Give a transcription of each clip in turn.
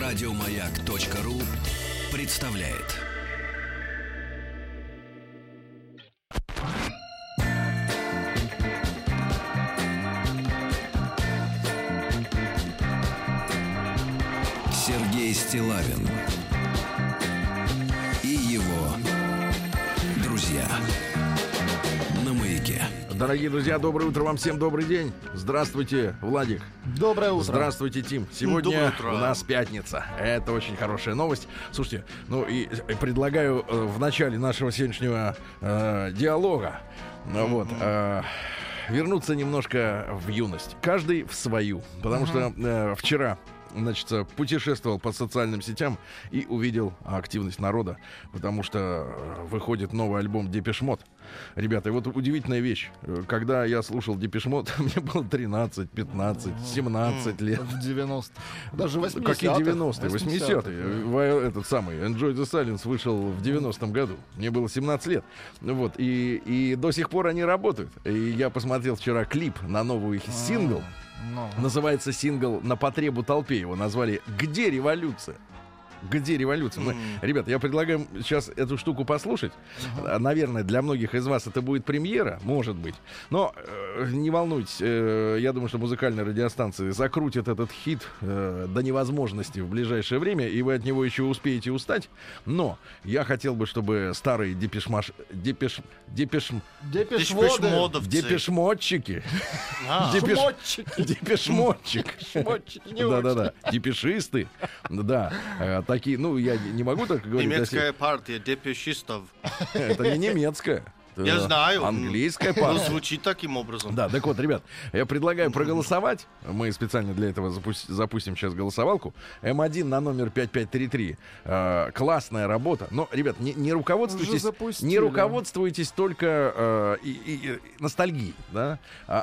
Радиомаяк.ру представляет. Сергей Стиллавин и его друзья на Маяке. Дорогие друзья, доброе утро вам всем, добрый день. Здравствуйте, Владик. Доброе утро. Здравствуйте, Тим. Сегодня у нас пятница. Это очень хорошая новость. Слушайте, ну и предлагаю в начале нашего сегодняшнего диалога вернуться немножко в юность. Каждый в свою. Потому что вчера, значит, путешествовал по социальным сетям и увидел активность народа, потому что выходит новый альбом Депеш Мод. Ребята, и вот удивительная вещь. Когда я слушал Депеш Мод, мне было 13, 15, 17 лет. В 90-е. Даже 80-е. Какие 90-е? 80-е. Этот самый Enjoy the Silence вышел в 90-м году. Мне было 17 лет. Вот. И до сих пор они работают. И я посмотрел вчера клип на новый сингл. Называется сингл «На потребу толпе». Его назвали «Где революция?». Где революция? Ребята, я предлагаю сейчас эту штуку послушать. Наверное, для многих из вас это будет премьера, может быть. Но не волнуйтесь, я думаю, что музыкальные радиостанции закрутят этот хит до невозможности в ближайшее время, и вы от него еще успеете устать. Но я хотел бы, чтобы старые депешмодчики, да-да-да, депешисты, да, такие, ну, я не могу так говорить. Немецкая партия депешистов. Это не немецкая. Я знаю. Английская партия. Звучит таким образом. Да, так вот, ребят, я предлагаю проголосовать. Мы специально для этого запустим сейчас голосовалку. М1 на номер 5533. Классная работа. Но, ребят, не руководствуйтесь только ностальгией. Да?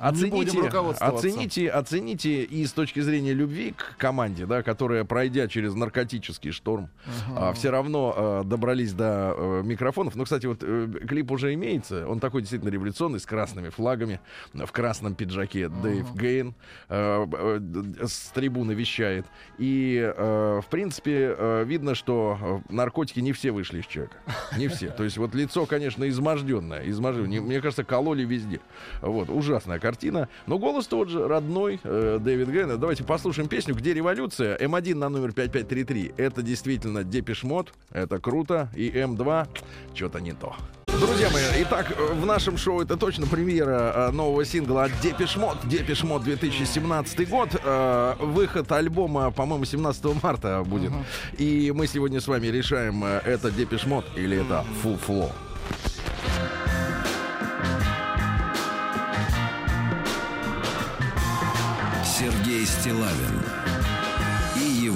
Оцените и с точки зрения любви к команде, да, которая, пройдя через наркотический шторм, все равно добрались до микрофонов. Ну, кстати, вот клип уже имеется. Он такой действительно революционный, с красными флагами, в красном пиджаке Дэйв Гейн с трибуны вещает. И, в принципе, видно, что наркотики не все вышли из человека. Не все. То есть вот лицо, конечно, изможденное. Мне кажется, кололи везде. Вот, ужасная картина. Но голос тот же, родной, Дэвид Гейн. Давайте послушаем песню «Где революция?». М1 на номер 5533. Это действительно Депеш Мод. Это круто. И М2 что-то не то. Друзья мои, итак, в нашем шоу это точно премьера нового сингла от Депеш Мод. Депеш Мод 2017 год. Выход альбома, по-моему, 17 марта будет. И мы сегодня с вами решаем, это Депеш Мод или это Full Flow. Сергей Стиллавин и его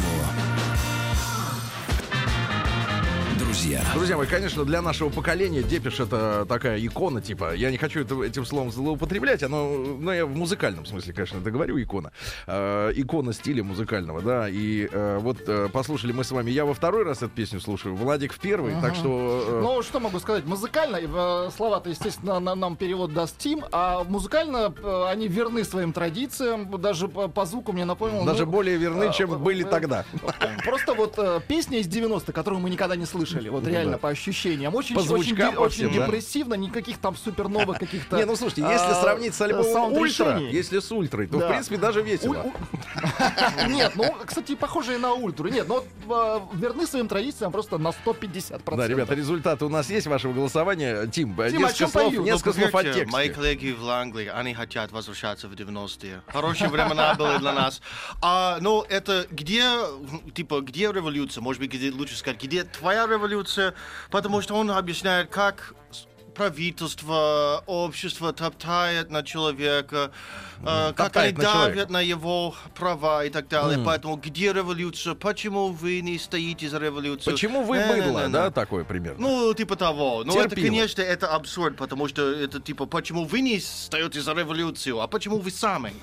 друзья мои, конечно, для нашего поколения Депеш — это такая икона, типа, я не хочу этим словом злоупотреблять, но я в музыкальном смысле, конечно, это говорю, икона. Икона стиля музыкального, да, и вот послушали мы с вами, я во второй раз эту песню слушаю, Владик в первый, так что... Ну, что могу сказать, музыкально, слова-то, естественно, нам перевод даст Тим, а музыкально они верны своим традициям, даже по звуку мне напомнил... Даже более верны, чем были тогда. Просто вот песня из 90-х, которую мы никогда не слышали, вот реально по ощущениям. Очень депрессивно, никаких там супер новых каких-то... Не, ну слушайте, если сравнить с альбомом Ультра, если с Ультрой, то в принципе даже весело. Нет, ну, кстати, похожие на Ультру. Нет, ну верны своим традициям просто на 150%. Да, ребята, результаты у нас есть вашего голосования. Тим, несколько слов о тексте. Мои коллеги в Англии, они хотят возвращаться в 90-е. Хорошие времена были для нас. Ну, это где революция? Может быть, лучше сказать, где твоя революция? Потому что он объясняет, как правительство, общество топтает на человека, как они давят на его права и так далее. Поэтому где революция? Почему вы не стоите за революцию? Почему вы быдло, да, такое примерно? Ну, типа того. Но это, конечно, это абсурд, потому что это типа, почему вы не стоите за революцию, а почему вы сами?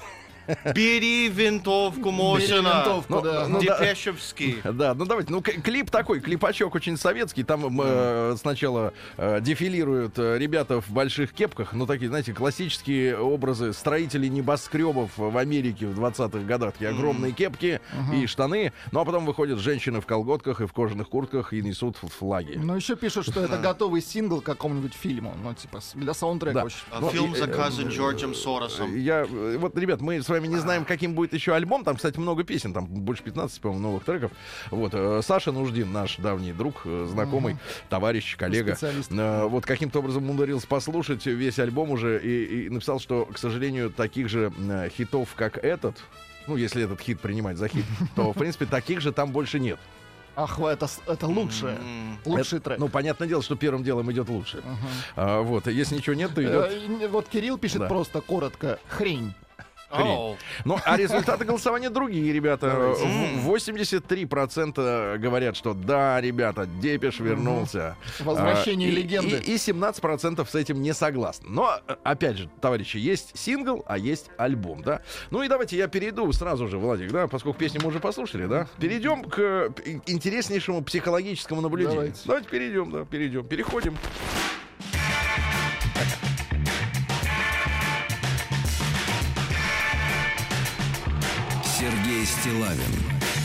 Бери винтовку Мосина. винтовку, да. Депешевский. Да, ну давайте, клип такой, клипачок очень советский. Там сначала дефилируют ребята в больших кепках, ну такие, знаете, классические образы строителей небоскребов в Америке в 20-х годах. Такие огромные кепки и штаны. Ну а потом выходят женщины в колготках и в кожаных куртках и несут флаги. Ну, еще пишут, что это готовый сингл к какому-нибудь фильму. Ну, типа, для саундтрека Да. очень. Фильм заказан Джорджем Соросом. Вот, ребят, мы с вами не знаем, каким будет еще альбом. Там, кстати, много песен, там больше 15, по-моему, новых треков. Вот, Саша Нуждин, наш давний друг, знакомый, товарищ, коллега, Специалист. вот каким-то образом умудрился послушать весь альбом уже и написал, что, к сожалению, таких же хитов, как этот, ну, если этот хит принимать за хит, то, в принципе, таких же там больше нет. Ах, это лучшее. Лучший трек. Ну, понятное дело, что первым делом идет лучше. Вот, если ничего нет, то идет... Вот Кирилл пишет Да. просто коротко «хрень». Оу. Ну, а результаты голосования другие, ребята. 83% говорят, что да, ребята, Депеш вернулся. Возвращение легенды. И 17% с этим не согласны. Но, опять же, товарищи, есть сингл, а есть альбом, да? Ну и давайте я перейду сразу же, Владик, да, поскольку песню мы уже послушали, да? Перейдем к интереснейшему психологическому наблюдению. Давайте перейдем, да, переходим. Сергей Стиллавин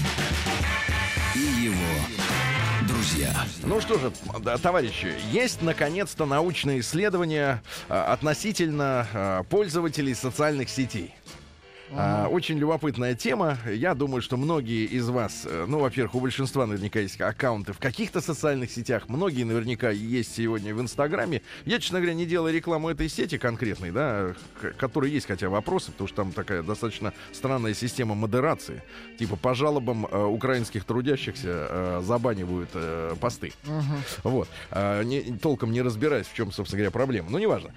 и его друзья. Ну что же, товарищи, есть наконец-то научные исследования относительно пользователей социальных сетей. Очень любопытная тема. Я думаю, что многие из вас, ну, во-первых, у большинства наверняка есть аккаунты в каких-то социальных сетях. Многие наверняка есть сегодня в Инстаграме. Я, честно говоря, не делаю рекламу этой сети конкретной, да, которой есть хотя вопросы, потому что там такая достаточно странная система модерации. Типа по жалобам украинских трудящихся забанивают посты. Вот. Толком не разбираясь, в чем, собственно говоря, проблема. Но неважно.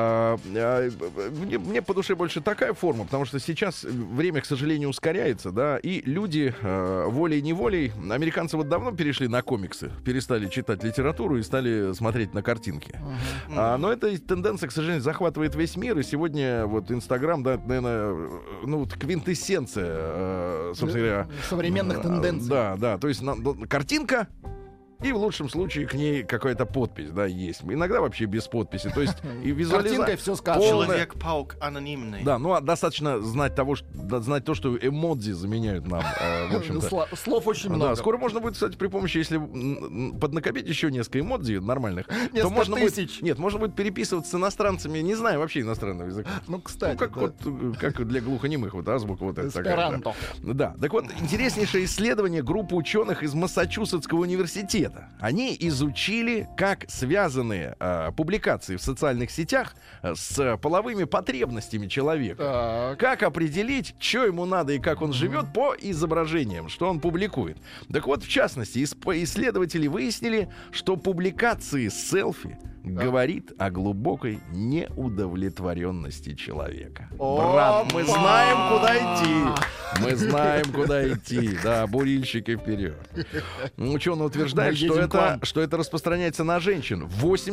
Мне по душе больше такая форма, потому что сейчас время, к сожалению, ускоряется, да, и люди волей-неволей, американцы вот давно перешли на комиксы, перестали читать литературу и стали смотреть на картинки. Но эта тенденция, к сожалению, захватывает весь мир, и сегодня вот Инстаграм, да, наверное, ну, вот квинтэссенция, собственно говоря, современных тенденций. Да, то есть картинка, и в лучшем случае к ней какая-то подпись, да, есть. Иногда вообще без подписи. То есть и визуализация. Картинкой все сказано. Человек-паук анонимный. Да, ну а достаточно знать знать то, что эмодзи заменяют нам, в общем-то. Слов очень много. Да, скоро можно будет, кстати, при помощи, если поднакопить еще несколько эмодзи нормальных, то можно будет, можно будет переписываться с иностранцами, не знаю вообще иностранного языка. Ну, кстати, как вот, как для глухонемых, вот азбука вот эта такая. Да, так вот, интереснейшее исследование группы ученых из Массачусетского университета. Они изучили, как связаны публикации в социальных сетях с половыми потребностями человека. Как определить, что ему надо и как он живет по изображениям, что он публикует. Так вот, в частности, исследователи выяснили, что публикации с селфи говорит о глубокой неудовлетворенности человека. Брат, мы знаем, куда идти. Мы знаем, куда идти. Да, бурильщики вперед. Ученые утверждают, что это распространяется на женщин.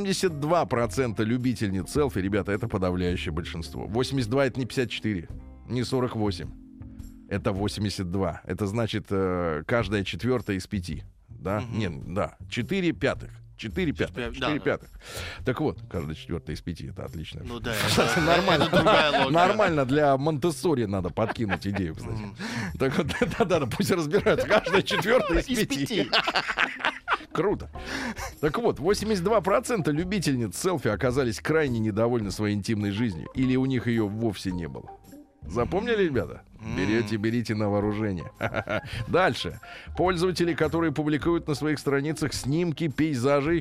82% любительниц селфи, ребята, это подавляющее большинство. 82 — это не 54, не 48. Это 82. Это значит, каждая четвертая из 5. Да? Нет, да. 4 пятых. 4 пятых. Так вот, каждая четвертая из 5. Это отлично. Ну да, нормально. Нормально для Монтессори надо подкинуть идею, кстати. Так вот, да, пусть разбираются. Каждая четвертая из 5. Круто. Так вот, 82% любительниц селфи оказались крайне недовольны своей интимной жизнью. Или у них ее вовсе не было. Запомнили, ребята? Берите на вооружение. Дальше. Пользователи, которые публикуют на своих страницах снимки пейзажей,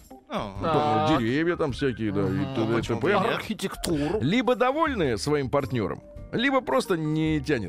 деревья там всякие, да, и т.д. архитектуру, либо довольны своим партнером, либо просто не тянет.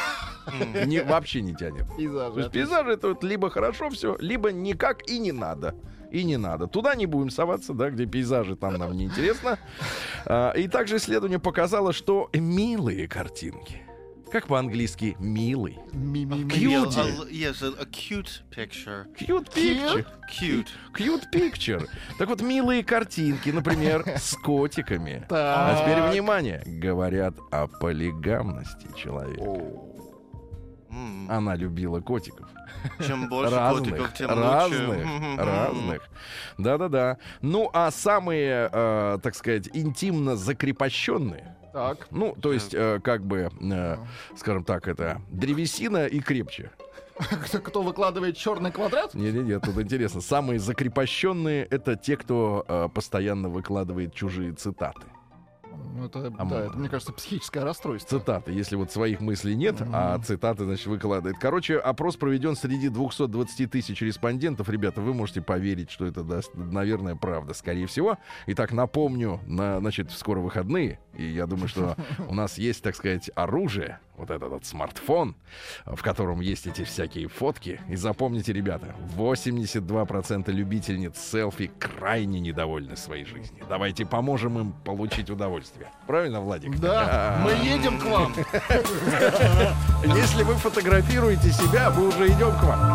Вообще не тянет. То есть пейзажи — это вот либо хорошо все, либо никак и не надо. И не надо. Туда не будем соваться, да, где пейзажи, там нам неинтересно. И также исследование показало, что милые картинки Как по-английски «милый». Cutie. Yes, a cute picture. Cute picture. Cute. Cute picture. Так вот, милые картинки, например, с котиками. Так. А теперь внимание. Говорят о полигамности человека. Она любила котиков. Чем больше Разных, котиков, тем разных. Да-да-да. Ну, а самые, так сказать, интимно закрепощенные, Так. ну, то есть, как бы, скажем так, это древесина и крепче. Кто выкладывает черный квадрат? Не-не-не, тут интересно. Самые закрепощенные — это те, кто постоянно выкладывает чужие цитаты. Ну, это, да, это, мне кажется, психическое расстройство. Цитаты. Если вот своих мыслей нет, а цитаты, значит, выкладывает. Короче, опрос проведен среди 220 тысяч респондентов. Ребята, вы можете поверить, что это, наверное, правда, скорее всего. Итак, напомню, значит, скоро выходные. И я думаю, что у нас есть, так сказать, оружие. Вот этот смартфон, в котором есть эти всякие фотки. И запомните, ребята, 82% любительниц селфи крайне недовольны своей жизнью. Давайте поможем им получить удовольствие. Правильно, Владик? Да, мы едем к вам. Если вы фотографируете себя, мы уже идем к вам.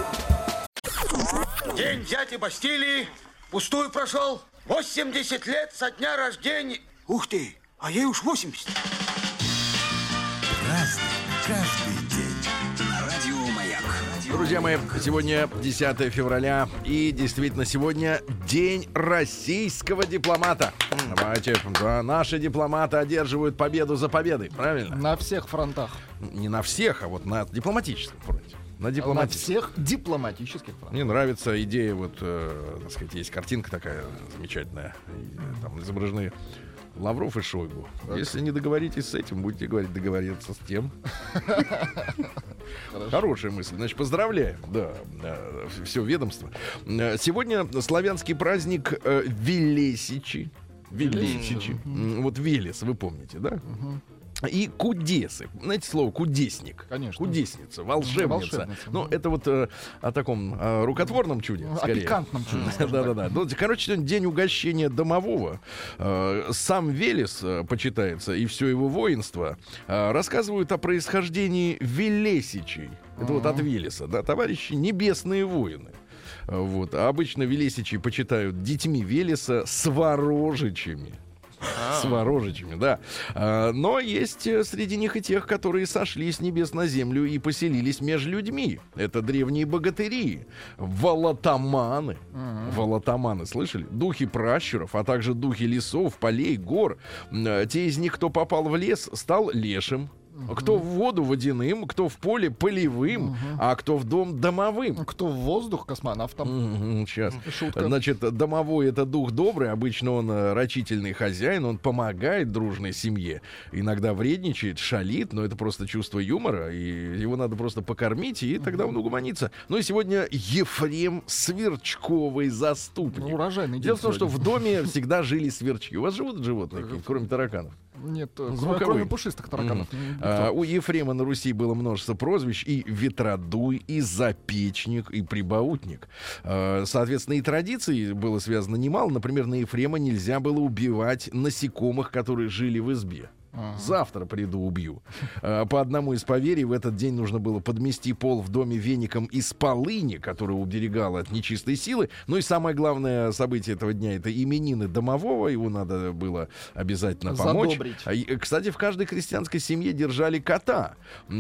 День дяди Бастилии пустую прошел. 80 лет со дня рождения. Ух ты, а ей уж 80. Разный, каждый день. На радио «Маяк». Друзья мои, сегодня 10 февраля, и действительно сегодня день российского дипломата. Давайте, да, наши дипломаты одерживают победу за победой, правильно? На всех фронтах. Не на всех, а вот на дипломатическом фронте. На На дипломатическом. всех дипломатических фронтах. Мне нравится идея, вот, так сказать, есть картинка такая замечательная, и, там изображены Лавров и Шойгу. Так. Если не договоритесь с этим, будете говорить договориться с тем. Хорошая мысль. Значит, поздравляем. Да, все ведомство. Сегодня славянский праздник Велесичи. Велесичи. Вот Велес, вы помните, да? И кудесы. Знаете слово кудесник? Конечно. Кудесница, волшебница. Ну, это вот о таком рукотворном чуде, О скорее. пикантном чуде. Да-да-да. Ну, короче, сегодня день угощения домового. Сам Велес почитается, и все его воинство рассказывают о происхождении Велесичей. Это вот от Велеса, да, товарищи небесные воины. Вот. А обычно Велесичей почитают детьми Велеса, сворожичами. Сворожичами, да. Но есть среди них и тех, которые сошли с небес на землю и поселились между людьми. Это древние богатыри, волотоманы. Волотоманы, слышали? Духи пращуров, а также духи лесов, полей, гор. Те из них, кто попал в лес, стал лешим. Кто в воду водяным, кто в поле полевым, а кто в дом домовым. Кто в воздух космонавтом. Сейчас. Шутка. Значит, домовой — это дух добрый. Обычно он рачительный хозяин, он помогает дружной семье. Иногда вредничает, шалит, но это просто чувство юмора, и его надо просто покормить, и тогда он угомонится. Ну и сегодня Ефрем Сверчковый заступник. Ну, урожайный день. Дело в том, что сегодня. в доме всегда жили сверчки. У вас живут животные, какие-то, кроме тараканов? Нет, Звуковые. кроме пушистых тараканов. У Ефрема на Руси было множество прозвищ: и ветродуй, и запечник, и прибаутник. Соответственно, и традиций было связано немало. Например, на Ефрема нельзя было убивать насекомых, которые жили в избе. Завтра приду, убью. По одному из поверий, в этот день нужно было подмести пол в доме веником из полыни, которая уберегала от нечистой силы. Ну и самое главное событие этого дня — это именины домового. Его надо было обязательно помочь. Кстати, в каждой крестьянской семье держали кота.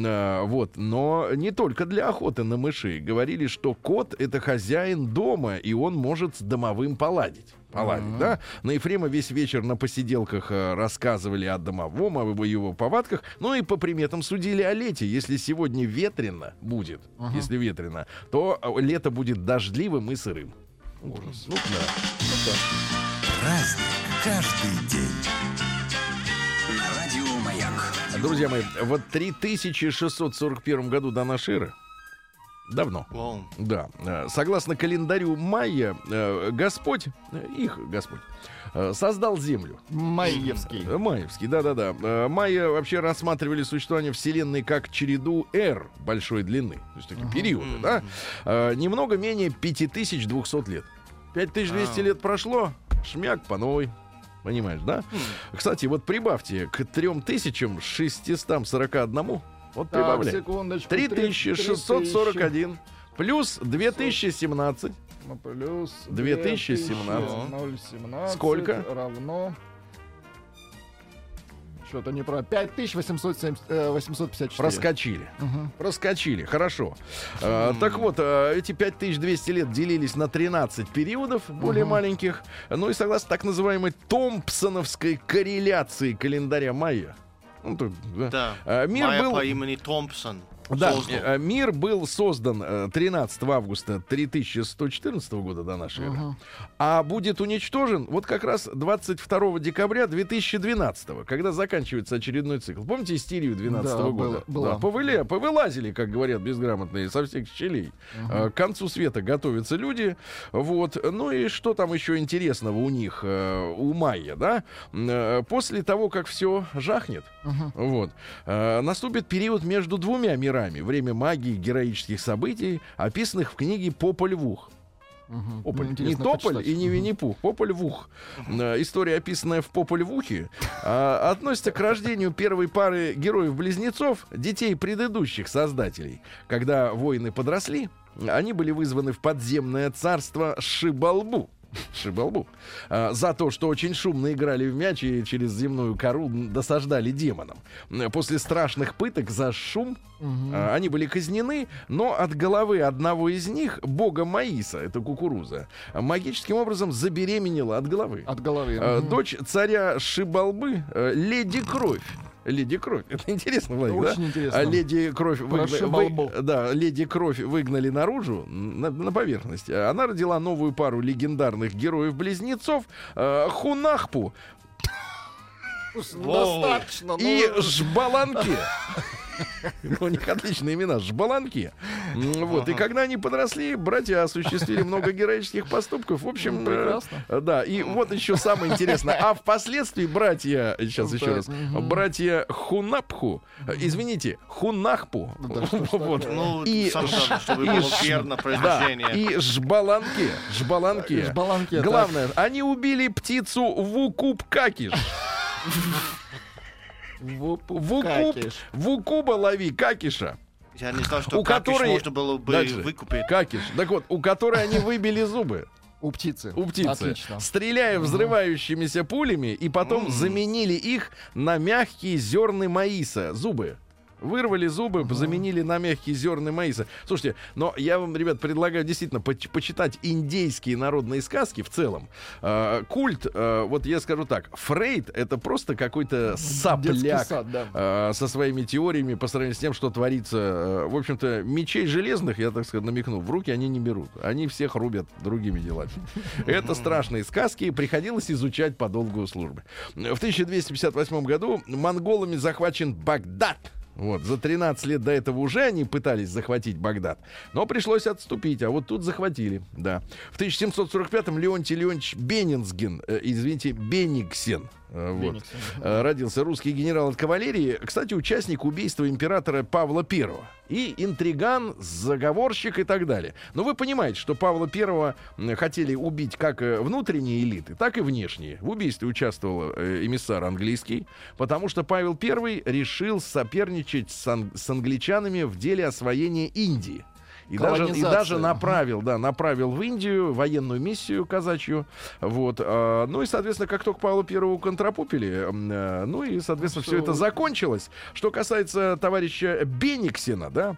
Вот. Но не только для охоты на мышей. Говорили, что кот — это хозяин дома, и он может с домовым поладить. Да? На Ефрема весь вечер на посиделках рассказывали о домовом, о его повадках, ну и по приметам судили о лете. Если сегодня ветрено будет, если ветрено, то лето будет дождливым и сырым. Ужас. Ну, да. Праздник каждый день. На радио «Маяк». Друзья мои, вот в 3641 году до нашей эры, давно. Wow. Да. Согласно календарю майя, Господь, их Господь, создал Землю. Маевский. Маевский, да-да-да. Майя вообще рассматривали существование Вселенной как череду эр большой длины. То есть такие периоды, да? Немного менее 5200 лет. 5200 лет прошло, шмяк по новой. Понимаешь, да? Кстати, вот прибавьте к 3641. Вот прибавляй. Секундочку. 3641 плюс 2017. Ну, плюс 2017. 0,17 Сколько? Равно... Что-то не про 5854. Проскочили. Проскочили. Хорошо. Так вот, эти 5200 лет делились на 13 периодов, более маленьких. Ну и согласно так называемой томпсоновской корреляции календаря майя. Ну, тут, Да. Мир Майя был... по имени Томпсон. Да, создал. мир был создан 13 августа 3114 года до нашей эры, а будет уничтожен вот как раз 22 декабря 2012, когда заканчивается очередной цикл. Помните истерию 12 Да, года? была. Да, повылазили, как говорят безграмотные, со всех щелей. К концу света готовятся люди. Вот. Ну и что там еще интересного у них, у майя, да? После того, как все жахнет, вот, наступит период между двумя мирами. Время магии, героических событий, описанных в книге «Пополь Вух». Пополь. Не Интересно Тополь почитать. и не Винни-Пух. Пополь Вух. История, описанная в Пополь Вухе, относится к рождению первой пары героев-близнецов, детей предыдущих создателей. Когда воины подросли, они были вызваны в подземное царство Шибалбу. За то, что очень шумно играли в мяч и через земную кору досаждали демонам. После страшных пыток за шум они были казнены, но от головы одного из них, бога Маиса, это кукуруза, магическим образом забеременела от головы. От головы. Дочь царя Шибалбы, Леди Кровь. Леди Кровь. Это интересно, Владик, да? Очень интересно. Леди Кровь Шибалбу. Леди Кровь выгнали наружу, на поверхность. Она родила новую пару легендарных героев-близнецов Хунахпу Достаточно. и Жбаланке. У них отличные имена. Жбаланки. Вот. И когда они подросли, братья осуществили много героических поступков. В общем, прекрасно. да. И вот еще самое интересное. А впоследствии братья, сейчас еще раз, братья Хунапху, извините, Хунахпу. Вот. Ну, И сам главное, чтобы и было Ж- верно Да, произношение. и Жбаланке. Жбаланке, Главное, они убили птицу Вукуб-какиш. Вукуба лови, какиша. Я не знал, что У какиш которой... можно было бы Дальше. выкупить. Какиш. Так вот, у которой они выбили зубы. У птицы. У птицы. Отлично. Стреляя взрывающимися пулями, и потом заменили их на мягкие зерны маиса. Зубы. Вырвали зубы, заменили на мягкие зерны маиса. Слушайте, но я вам, ребят, предлагаю действительно почитать индейские народные сказки в целом. Культ, вот я скажу так, Фрейд — это просто какой-то сопляк Детский сад, да. со своими теориями по сравнению с тем, что творится. В общем-то, мечей железных, я так сказать, намекну, в руки они не берут. Они всех рубят другими делами. Это страшные сказки, приходилось изучать по долгу службы. В 1258 году монголами захвачен Багдад. Вот, за 13 лет до этого уже они пытались захватить Багдад, но пришлось отступить, а вот тут захватили, да. В 1745-м Леонтий Леонтьевич Беннингсен, Бенниксен, вот, родился, русский генерал от кавалерии, кстати, участник убийства императора Павла I. И интриган, заговорщик и так далее. Но вы понимаете, что Павла I хотели убить как внутренние элиты, так и внешние. В убийстве участвовал эмиссар английский, потому что Павел I решил соперничать с англичанами в деле освоения Индии. И даже направил в Индию военную миссию казачью. Вот. Ну и, соответственно, как только Павла I контрапупили, ну и, соответственно, все это закончилось. Что касается товарища Бенниксена, да,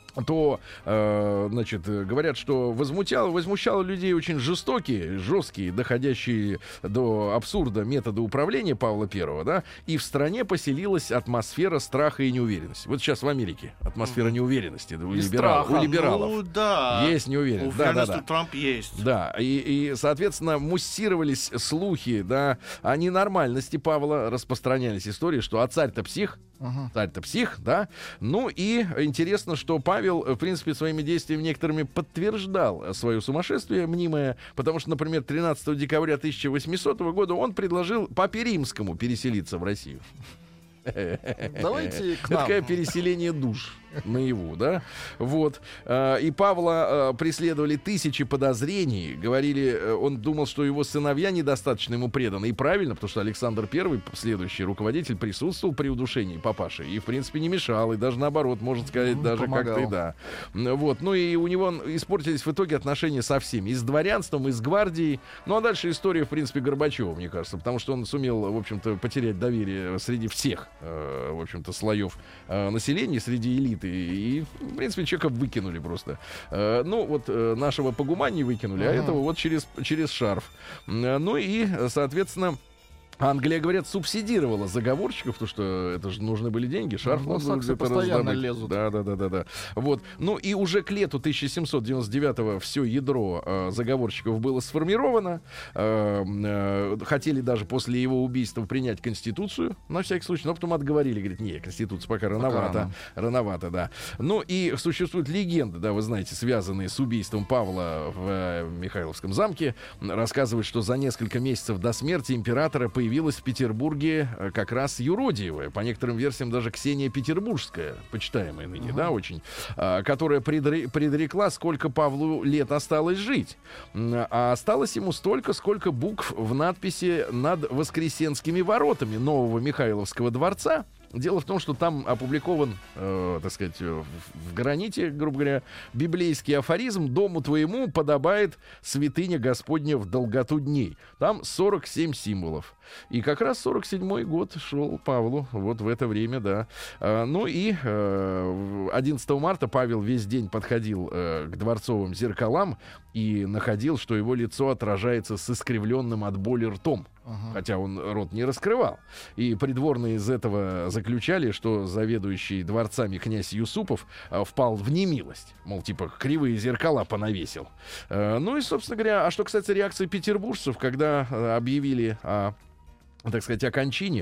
то, значит, говорят, что возмущало людей очень жестокие, доходящие до абсурда методы управления Павла I, да, и в стране поселилась атмосфера страха и неуверенности. Вот сейчас в Америке атмосфера неуверенности у либералов. Ну да. Есть неуверенность. Уверенность у Трампа есть. Да, и, соответственно, муссировались слухи, да, о ненормальности Павла, распространялись истории, что царь-то псих, царь-то псих, да. Ну и интересно, что Павел, в принципе, своими действиями некоторыми подтверждал свое сумасшествие мнимое, потому что, например, 13 декабря 1800 года он предложил Папе Римскому переселиться в Россию. Давайте к Это нам. такое переселение душ. наяву, да, вот, и Павла преследовали тысячи подозрений, говорили, он думал, что его сыновья недостаточно ему преданы, и правильно, потому что Александр I, следующий руководитель, присутствовал при удушении папаши, и, в принципе, не мешал, и даже наоборот, можно сказать, даже помогал. как-то и да. Вот, ну и у него испортились в итоге отношения со всеми, и с дворянством, и с гвардией, ну а дальше история, в принципе, Горбачева, мне кажется, потому что он сумел, в общем-то, потерять доверие среди всех, в общем-то, слоев населения, среди элиты, и, в принципе, человека выкинули просто. Ну, вот нашего по гумании выкинули, а этого вот через шарф. Ну и, соответственно, Англия, говорят, субсидировала заговорщиков, потому что это же нужны были деньги. Шарф саксы постоянно лезут. Да. Вот. Ну и уже к лету 1799-го все ядро заговорщиков было сформировано. Хотели даже после его убийства принять Конституцию, на всякий случай, но потом отговорили. Говорит, не, Конституция пока рановато. Рановато, да. Ну и существуют легенды, да, вы знаете, связанные с убийством Павла в Михайловском замке. Рассказывают, что за несколько месяцев до смерти императора появилась в Петербурге как раз юродивая, по некоторым версиям даже Ксения Петербургская, почитаемая ныне, да, очень, которая предрекла, сколько Павлу лет осталось жить. А осталось ему столько, сколько букв в надписи над Воскресенскими воротами нового Михайловского дворца. Дело в том, что там опубликован, так сказать, в граните, грубо говоря, библейский афоризм: «Дому твоему подобает святыня Господня в долготу дней». Там 47 символов. И как раз 47-й год шел Павлу вот в это время, да. Ну и 11 марта Павел весь день подходил к дворцовым зеркалам и находил, что его лицо отражается с искривленным от боли ртом. Хотя он рот не раскрывал. И придворные из этого заключали, что заведующий дворцами князь Юсупов впал в немилость. Мол, типа, кривые зеркала понавесил. Ну и, собственно говоря, а что касается реакции петербуржцев, когда объявили о, так сказать, о кончине,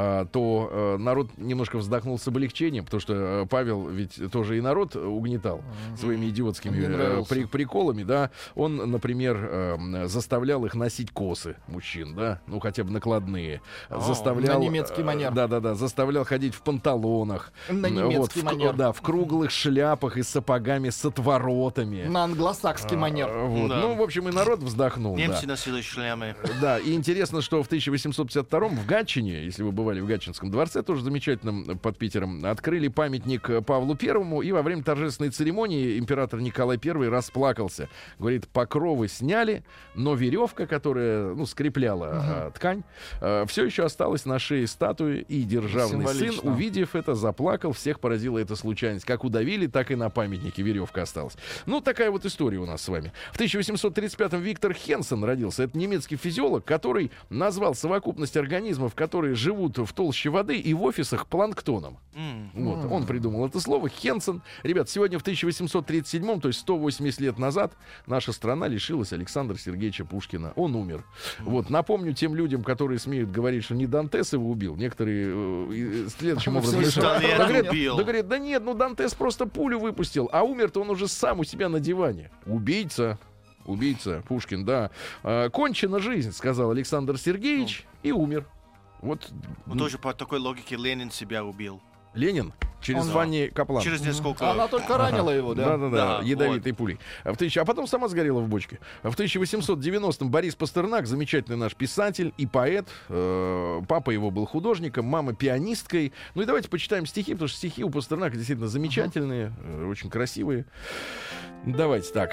то народ немножко вздохнул с облегчением, потому что Павел ведь тоже и народ угнетал своими идиотскими приколами, да. Он, например, заставлял их носить косы, мужчин, да, ну хотя бы накладные. Заставлял, на немецкий манер. Да, заставлял ходить в панталонах. На немецкий манер. Да, в круглых шляпах и с сапогами с отворотами. На англосакский манер. Вот. Да. Ну, в общем, и народ вздохнул. Немцы носили шлемы. Да, и интересно, что в 1852 в Гатчине, если вы бывали в Гатчинском дворце, тоже замечательном, под Питером, открыли памятник Павлу Первому, и во время торжественной церемонии император Николай I расплакался. Говорит, покровы сняли, но веревка, которая, ну, скрепляла ткань, все еще осталась на шее статуи, и державный сын, увидев это, заплакал. Всех поразила эта случайность. Как удавили, так и на памятнике веревка осталась. Ну, такая вот история у нас с вами. В 1835-м Виктор Хенсен родился. Это немецкий физиолог, который назвал совокупность организмов, которые живут в толще воды и в офисах, планктоном. Вот, он придумал это слово. Хенсен. Ребят, сегодня в 1837-м, то есть 180 лет назад, наша страна лишилась Александра Сергеевича Пушкина. Он умер. Вот, напомню тем людям, которые смеют говорить, что не Дантес его убил. Некоторые следующим образом говорят, да нет, ну Дантес просто пулю выпустил, а умер-то он уже сам у себя на диване. Убийца, Пушкин, да. Кончена жизнь, сказал Александр Сергеевич, и умер. Вот. Ну, тоже по такой логике Ленин себя убил. Ленин? Через звание каплана. Через несколько... Она только ранила его, да? Да, ядовитой пулей. А потом сама сгорела в бочке. В 1890-м Борис Пастернак, замечательный наш писатель и поэт. Папа его был художником, мама пианисткой. Ну и давайте почитаем стихи, потому что стихи у Пастернака действительно замечательные, очень красивые. Давайте так.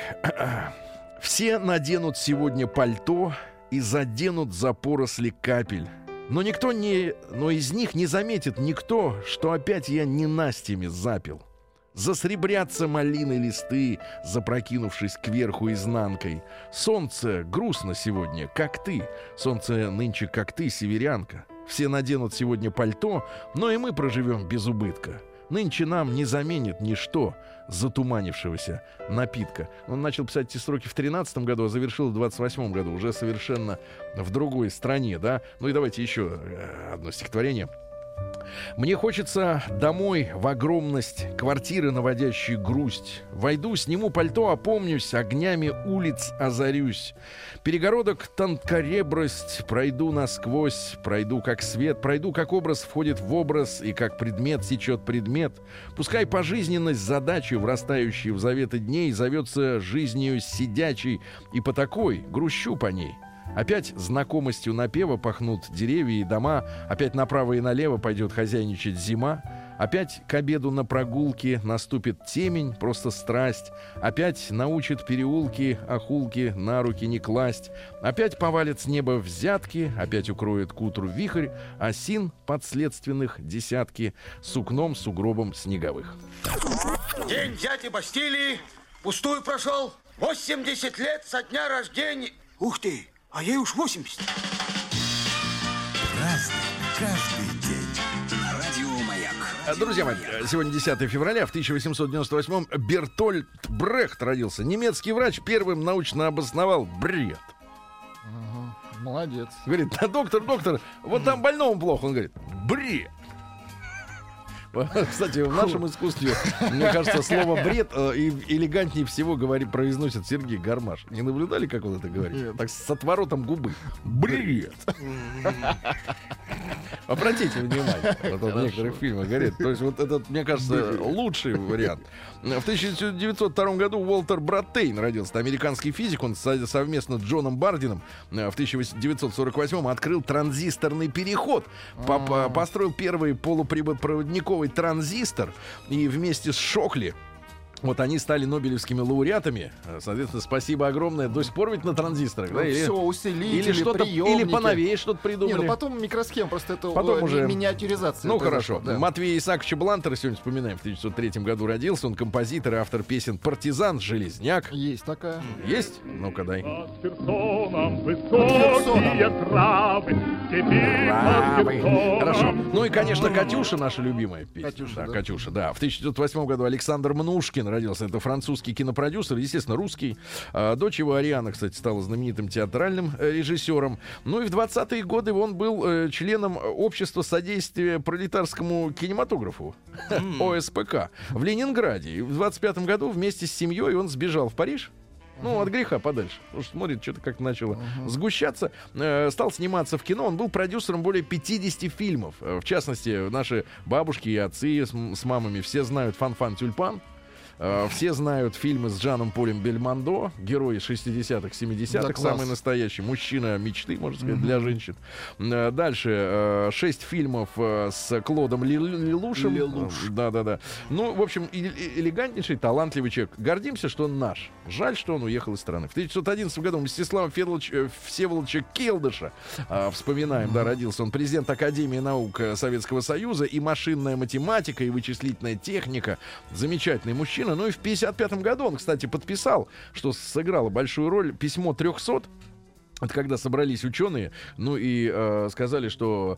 Все наденут сегодня пальто и заденут за поросли капель. Но из них не заметит никто, что опять я ненастьями запил. Засребрятся малины листы, запрокинувшись кверху изнанкой. Солнце грустно сегодня, как ты. Солнце нынче, как ты, северянка. Все наденут сегодня пальто, но и мы проживем без убытка. Нынче нам не заменит ничто затуманившегося напитка. Он начал писать эти строки в 13-м году, а завершил в 28-м году, уже совершенно в другой стране, да. Ну и давайте еще одно стихотворение. Мне хочется домой в огромность квартиры, наводящей грусть. Войду, сниму пальто, опомнюсь, огнями улиц озарюсь. Перегородок тонкоребрость, пройду насквозь, пройду как свет, пройду как образ входит в образ, и как предмет сечет предмет. Пускай пожизненность задачи, врастающей в заветы дней, зовется жизнью сидячей, и по такой грущу по ней. Опять знакомостью напева пахнут деревья и дома. Опять направо и налево пойдет хозяйничать зима. Опять к обеду на прогулке наступит темень, просто страсть. Опять научит переулки, охулки на руки не класть. Опять повалит с неба взятки. Опять укроет к утру вихрь. Осин подследственных десятки. Сукном, сугробом снеговых. День дяди Бастилии пустую прошел. 80 лет со дня рождения. Ух ты! А ей уж 80. Разный, каждый день. Радио Маяк. Друзья мои, сегодня 10 февраля. В 1898-м Бертольд Брехт родился. Немецкий врач первым научно обосновал бред. Молодец. Говорит: доктор, вот там больному плохо. Он говорит: бред. Кстати, в нашем искусстве, мне кажется, слово «бред» элегантнее всего произносит Сергей Гармаш. Не наблюдали, как он это говорит? Нет. Так с отворотом губы. Бред. Обратите внимание. Вот в некоторых фильмах говорит. То есть вот этот, мне кажется, лучший вариант. В 1902 году Уолтер Братейн родился. Американский физик. Он совместно с Джоном Бардином в 1948 открыл транзисторный переход. Построил первый полупроводниковый транзистор, и вместе с Шокли вот они стали нобелевскими лауреатами. Соответственно, спасибо огромное. До сих пор ведь на транзисторах. Ну, Да, все, усилители, или что-то, приемники. или поновее что-то придумали. Не, ну потом микросхем, просто это Потом уже миниатюризация. Ну это хорошо. да. Матвея Исааковича Блантера сегодня вспоминаем. В 1903 году родился. Он композитор и автор песен «Партизан», «Железняк». Есть такая. Есть? Ну-ка дай. Хорошо. Ну и, конечно, «Катюша» наша любимая песня. «Катюша», да, да. «Катюша», да. В 1908 году Александр Мнушкин родился. Это французский кинопродюсер, естественно, русский. Дочь его Ариана, кстати, стала знаменитым театральным режиссером. Ну и в 20-е годы он был членом Общества содействия пролетарскому кинематографу, ОСПК, в Ленинграде. И в 25-м году вместе с семьей он сбежал в Париж. Ну, от греха подальше. Потому что смотрит, что-то как начало сгущаться. Стал сниматься в кино. Он был продюсером более 50 фильмов. В частности, наши бабушки и отцы с мамами все знают «Фан-фан тюльпан». Все знают фильмы с Жаном Полем Бельмондо, герой 60-х, 70-х, Да, самый класс. настоящий, мужчина мечты, можно сказать, для женщин. Дальше 6 фильмов с Клодом Лелушем. Да-да-да. Ну, в общем, элегантнейший, талантливый человек. Гордимся, что он наш. Жаль, что он уехал из страны. В 1911 году Мстислава Всеволодовича Келдыша, вспоминаем, да, родился он, президент Академии наук Советского Союза, и машинная математика, и вычислительная техника. Замечательный мужчина. Ну и в 1955 году он, кстати, подписал, что сыграло большую роль, письмо 300. Это когда собрались ученые, ну и сказали, что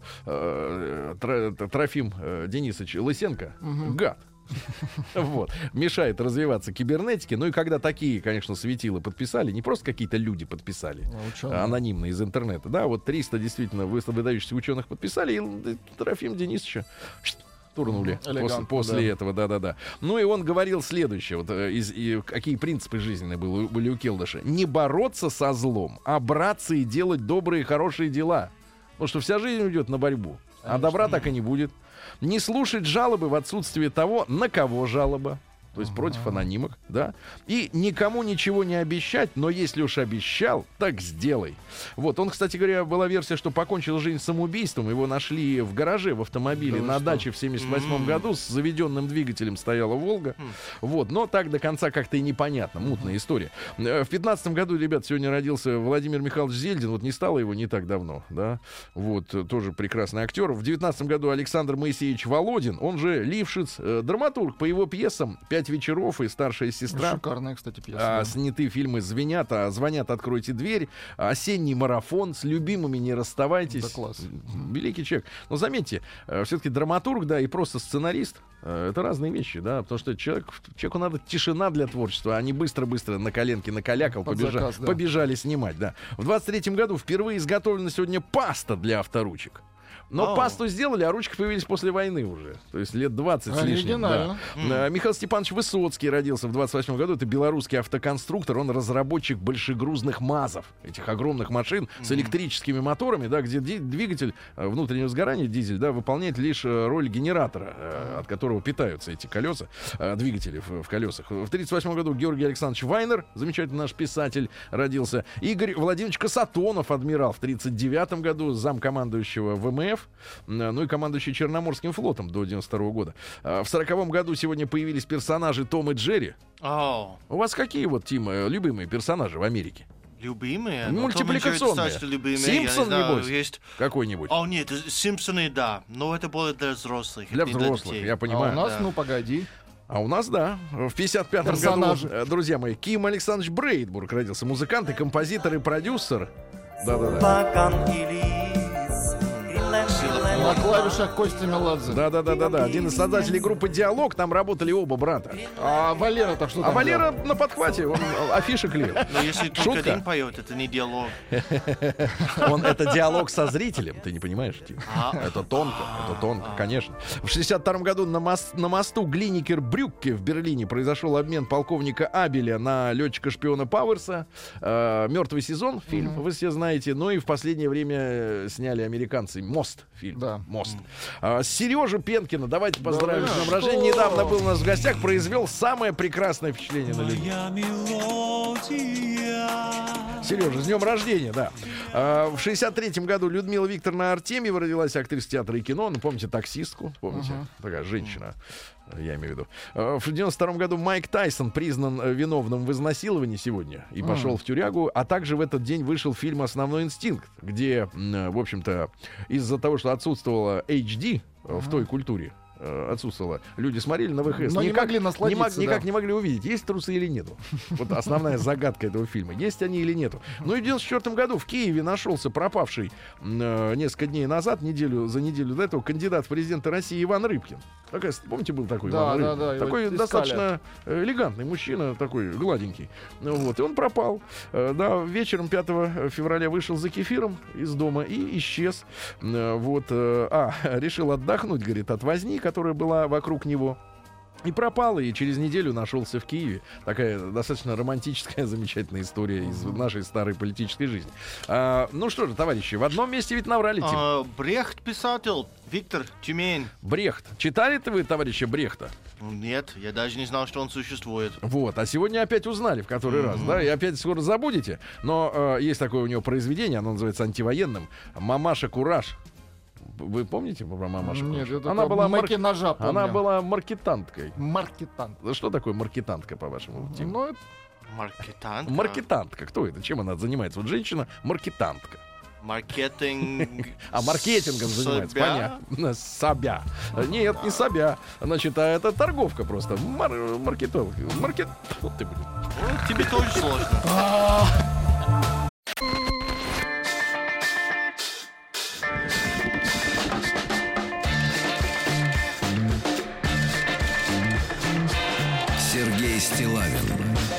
Трофим Денисович Лысенко гад. Вот. Мешает развиваться кибернетике. Ну и когда такие, конечно, светила подписали, не просто какие-то люди подписали, анонимно из интернета, да, вот 300 действительно выдающихся ученых подписали, и Трофим Денисовича турнули после этого, да-да-да. Ну и он говорил следующее, вот, какие принципы жизненные были у Келдыша. Не бороться со злом, а браться и делать добрые, хорошие дела. Потому что вся жизнь уйдет на борьбу, а добра так и не будет. Не слушать жалобы в отсутствие того, на кого жалоба. То есть против анонимок, да. И никому ничего не обещать, но если уж обещал, так сделай. Вот, он, кстати говоря, была версия, что покончил жизнь самоубийством. Его нашли в гараже в автомобиле на даче в 78 году. С заведенным двигателем стояла «Волга». Вот, но так до конца как-то и непонятно. Мутная история. В 15 году, ребят, сегодня родился Владимир Михайлович Зельдин. Вот не стало его не так давно, да. Вот, тоже прекрасный актер. В 19 году Александр Моисеевич Володин, он же Лившиц, драматург. По его пьесам «Пять вечеров» и «Старшая сестра». Шикарная, кстати, пьеса. Сняты фильмы «Звонят», «Откройте дверь», «Осенний марафон», «С любимыми не расставайтесь». Да, класс. Великий человек. Но заметьте, все-таки драматург, да, и просто сценарист — это разные вещи, да, потому что человеку надо тишина для творчества, а не быстро-быстро на коленке накалякал, побежали снимать, да. В 23-м году впервые изготовлена сегодня паста для авторучек. Но пасту сделали, а ручки появились после войны уже. То есть лет 20 с лишним. Да. Михаил Степанович Высоцкий родился в 28 году. Это белорусский автоконструктор. Он разработчик большегрузных МАЗов. Этих огромных машин с электрическими моторами, да, где двигатель внутреннего сгорания, дизель, да, выполняет лишь роль генератора, от которого питаются эти колеса, двигатели в колесах. В 1938 году Георгий Александрович Вайнер, замечательный наш писатель, родился. Игорь Владимирович Касатонов, адмирал, в 1939 году, замкомандующего ВМФ, ну и командующий Черноморским флотом до 1992 года. В 1940 году сегодня появились персонажи Том и Джерри. У вас какие вот, Тим, любимые персонажи в Америке? Любимые? Мультипликационные. Симпсон, небось? Есть какой-нибудь? Нет, Симпсоны, да. Но это было для взрослых. Для взрослых, я понимаю. А у нас, ну, погоди. А у нас, да, в 55-м году, друзья мои, Ким Александрович Брейдбург родился. Музыкант и композитор и продюсер. Да-да-да. На клавишах Костя Меладзе. Да. Один из создателей группы «Диалог». Там работали оба брата. А Валера-то что там? А Валера на подхвате, он афиши клеил. Но если только один поет, это не диалог. Это диалог со зрителем, ты не понимаешь, Тим? Это тонко, конечно. В 62-м году на мосту Глиникер-Брюкке в Берлине произошел обмен полковника Абеля на летчика-шпиона Пауэрса. «Мертвый сезон», фильм, вы все знаете. Ну и в последнее время сняли американцы «Мост», фильм. Да. «Мост». Сережу Пенкина, давайте поздравим с днем рождения. Недавно был у нас в гостях, произвел самое прекрасное впечатление на людей. Сережа, с днем рождения, да. В 63-м году Людмила Викторовна Артемьева родилась, актриса театра и кино. Ну, помните «Таксистку»? Помните? Такая женщина, я имею в виду. В 92-м году Майк Тайсон признан виновным в изнасиловании сегодня и пошел в тюрягу. А также в этот день вышел фильм «Основной инстинкт», где, в общем-то, из-за того, что отсутствовало HD в той культуре, отсутствовало. Люди смотрели на ВХС. Но не могли насладиться. Никак не могли увидеть, есть трусы или нету. Вот основная загадка этого фильма. Есть они или нету. Ну и в 1994 году в Киеве нашелся пропавший несколько дней назад, за неделю до этого, кандидат в президенты России Иван Рыбкин. Помните, был такой Иван Рыбкин? Да, такой достаточно элегантный мужчина, такой гладенький. Вот, и он пропал. Да, вечером 5 февраля вышел за кефиром из дома и исчез. Вот, решил отдохнуть, говорит, от возни, которая была вокруг него. И пропал, и через неделю нашелся в Киеве. Такая достаточно романтическая, замечательная история из нашей старой политической жизни. Ну что же, товарищи, в одном месте ведь наврали. Брехт писатель, Виктор, Тюмень. Брехт. Читали-то вы, товарища Брехта? Нет, я даже не знал, что он существует. Вот, а сегодня опять узнали в который раз, да, и опять скоро забудете. Но есть такое у него произведение, оно называется антивоенным. «Мамаша Кураж». Вы помните про мамашу? Нет, это она была ножа, помню. Она была маркетанткой. Маркетант. Что такое маркетантка, по-вашему? Ну, маркетантка. Маркетантка. Кто это? Чем она занимается? Вот женщина маркетантка. Маркетинг. Маркетингом занимается. Понятно. Собя. Нет, не собя. Значит, это торговка просто. Маркетолог. Тебе тоже сложно. Сергей Стиллавин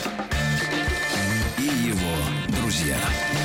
и его друзья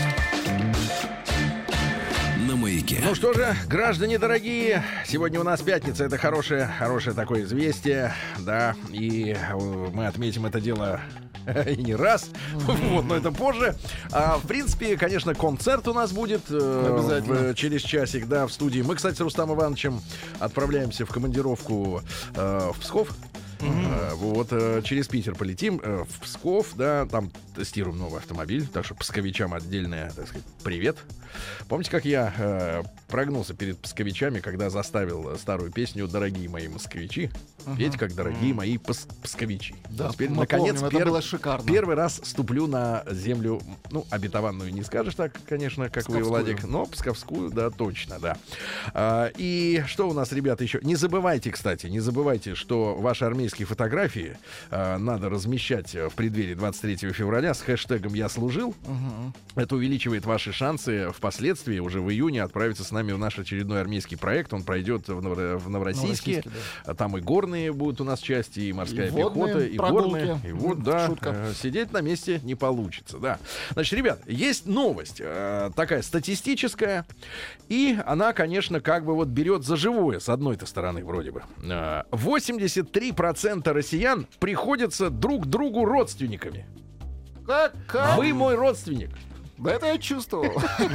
на Маяке. Ну что же, граждане дорогие, сегодня у нас пятница, это хорошее такое известие, да, и мы отметим это дело и не раз, вот, но это позже. В принципе, конечно, концерт у нас будет через часик, да, в студии. Мы, кстати, с Рустамом Ивановичем отправляемся в командировку в Псков. Вот, через Питер полетим в Псков, да, там тестируем новый автомобиль, так что псковичам отдельное, так сказать, привет. Помните, как я прогнулся перед псковичами, когда заставил старую песню «Дорогие мои москвичи» петь, как «Дорогие мои псковичи». Да, теперь, наконец, это было шикарно. Первый раз ступлю на землю, ну, обетованную не скажешь так, конечно, как вы, Владик, но псковскую, да, точно, да. И что у нас, ребята, еще? Не забывайте, кстати, что ваши армейские ангельские фотографии надо размещать в преддверии 23 февраля с хэштегом «Я служил». Это увеличивает ваши шансы впоследствии уже в июне отправиться с нами в наш очередной армейский проект. Он пройдет в Новороссийске. Да. Там и горные будут у нас части, и морская пехота, и горные. И вот, да, сидеть на месте не получится. Да. Значит, ребят, есть новость такая статистическая, и она, конечно, как бы вот берет за живое с одной-то стороны вроде бы. 83% россиян приходятся друг другу родственниками. Как? Вы мой родственник. Да это я чувствовал.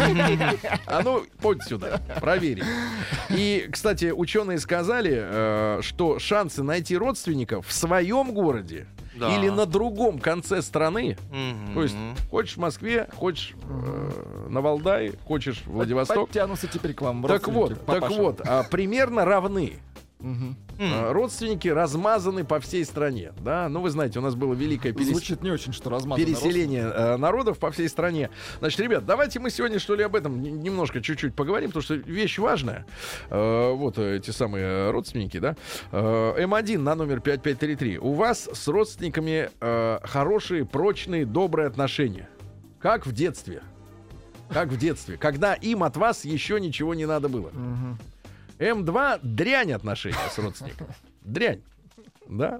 А ну, подь сюда, проверим. И, кстати, ученые сказали, что шансы найти родственников в своем городе или на другом конце страны, то есть хочешь в Москве, хочешь на Валдае, хочешь в Владивосток. Подтянутся теперь к вам Так вот, примерно равны. Родственники размазаны по всей стране. Да? Ну, вы знаете, у нас было великое Звучит не очень, что переселение народов по всей стране. Значит, ребят, давайте мы сегодня, что ли, об этом немножко чуть-чуть поговорим, потому что вещь важная. Вот эти самые родственники, да. М1 на номер 5533. У вас с родственниками хорошие, прочные, добрые отношения. Как в детстве. Как в детстве. Когда им от вас еще ничего не надо было. М2 дрянь отношения с родственником. Дрянь. Да.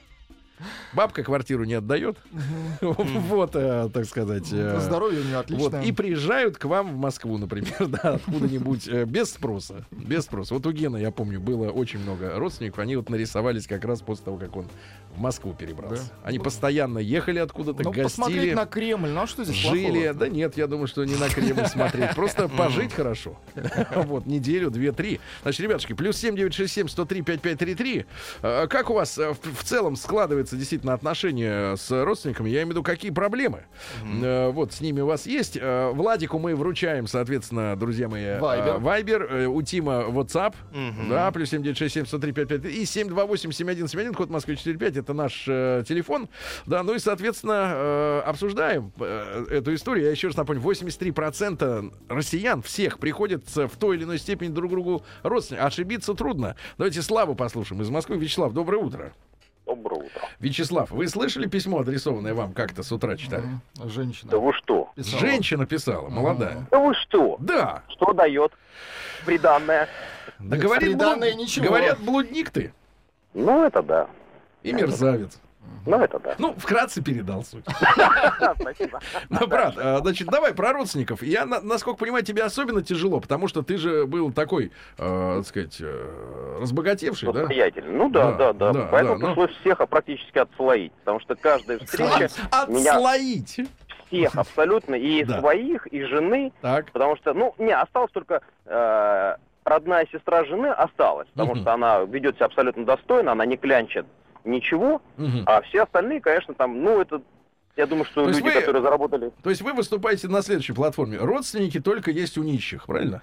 Бабка квартиру не отдает. Вот, так сказать. Здоровье у нее отличное. Вот, и приезжают к вам в Москву, например, да, откуда-нибудь без спроса. Без спроса. Вот у Гены, я помню, было очень много родственников. Они вот нарисовались как раз после того, как он в Москву перебрался. Да. Они постоянно ехали откуда-то, гостили. Посмотреть на Кремль, ну а что здесь жили. плохого? Да нет, я думаю, что не на Кремль смотреть. Просто пожить хорошо. Вот, неделю, 2-3. Значит, ребятушки, плюс 7967-103-5533. Как у вас в целом складывается действительно отношения с родственниками? Я имею в виду, какие проблемы вот с ними у вас есть. Владику мы вручаем, соответственно, друзья мои, Вайбер, у Тима WhatsApp, да, плюс 7967-103-5533 и 728-7171, код Москвы 45, это наш телефон. Да, ну и, соответственно, обсуждаем эту историю. Я еще раз напомню, 83% россиян всех приходятся в той или иной степени друг другу родственникам. Ошибиться трудно. Давайте Славу послушаем из Москвы. Вячеслав, доброе утро. Доброе утро. Вячеслав, вы слышали письмо, адресованное вам, как-то с утра читали? Женщина. Да вы что? Писала. Женщина писала, молодая. Да вы что? Да. Что дает приданное? Да Нет, говорит, приданное ничего. говорят, блудник ты Ну, это да. и мерзавец. Ну, это да. Ну, вкратце передал суть. Спасибо. Ну, брат, значит, давай про родственников. Я, насколько понимаю, тебе особенно тяжело, потому что ты же был такой, так сказать, разбогатевший, да? Самостоятельный. Ну да. Поэтому пришлось всех практически отслоить. Потому что каждая встреча меня Отслоить. всех абсолютно, и своих, и жены. Так. Потому что, осталась только родная сестра жены осталась. Потому что она ведет себя абсолютно достойно, она не клянчит ничего, а все остальные, конечно, там, это, я думаю, что люди, которые заработали... То есть вы выступаете на следующей платформе. Родственники только есть у нищих, правильно?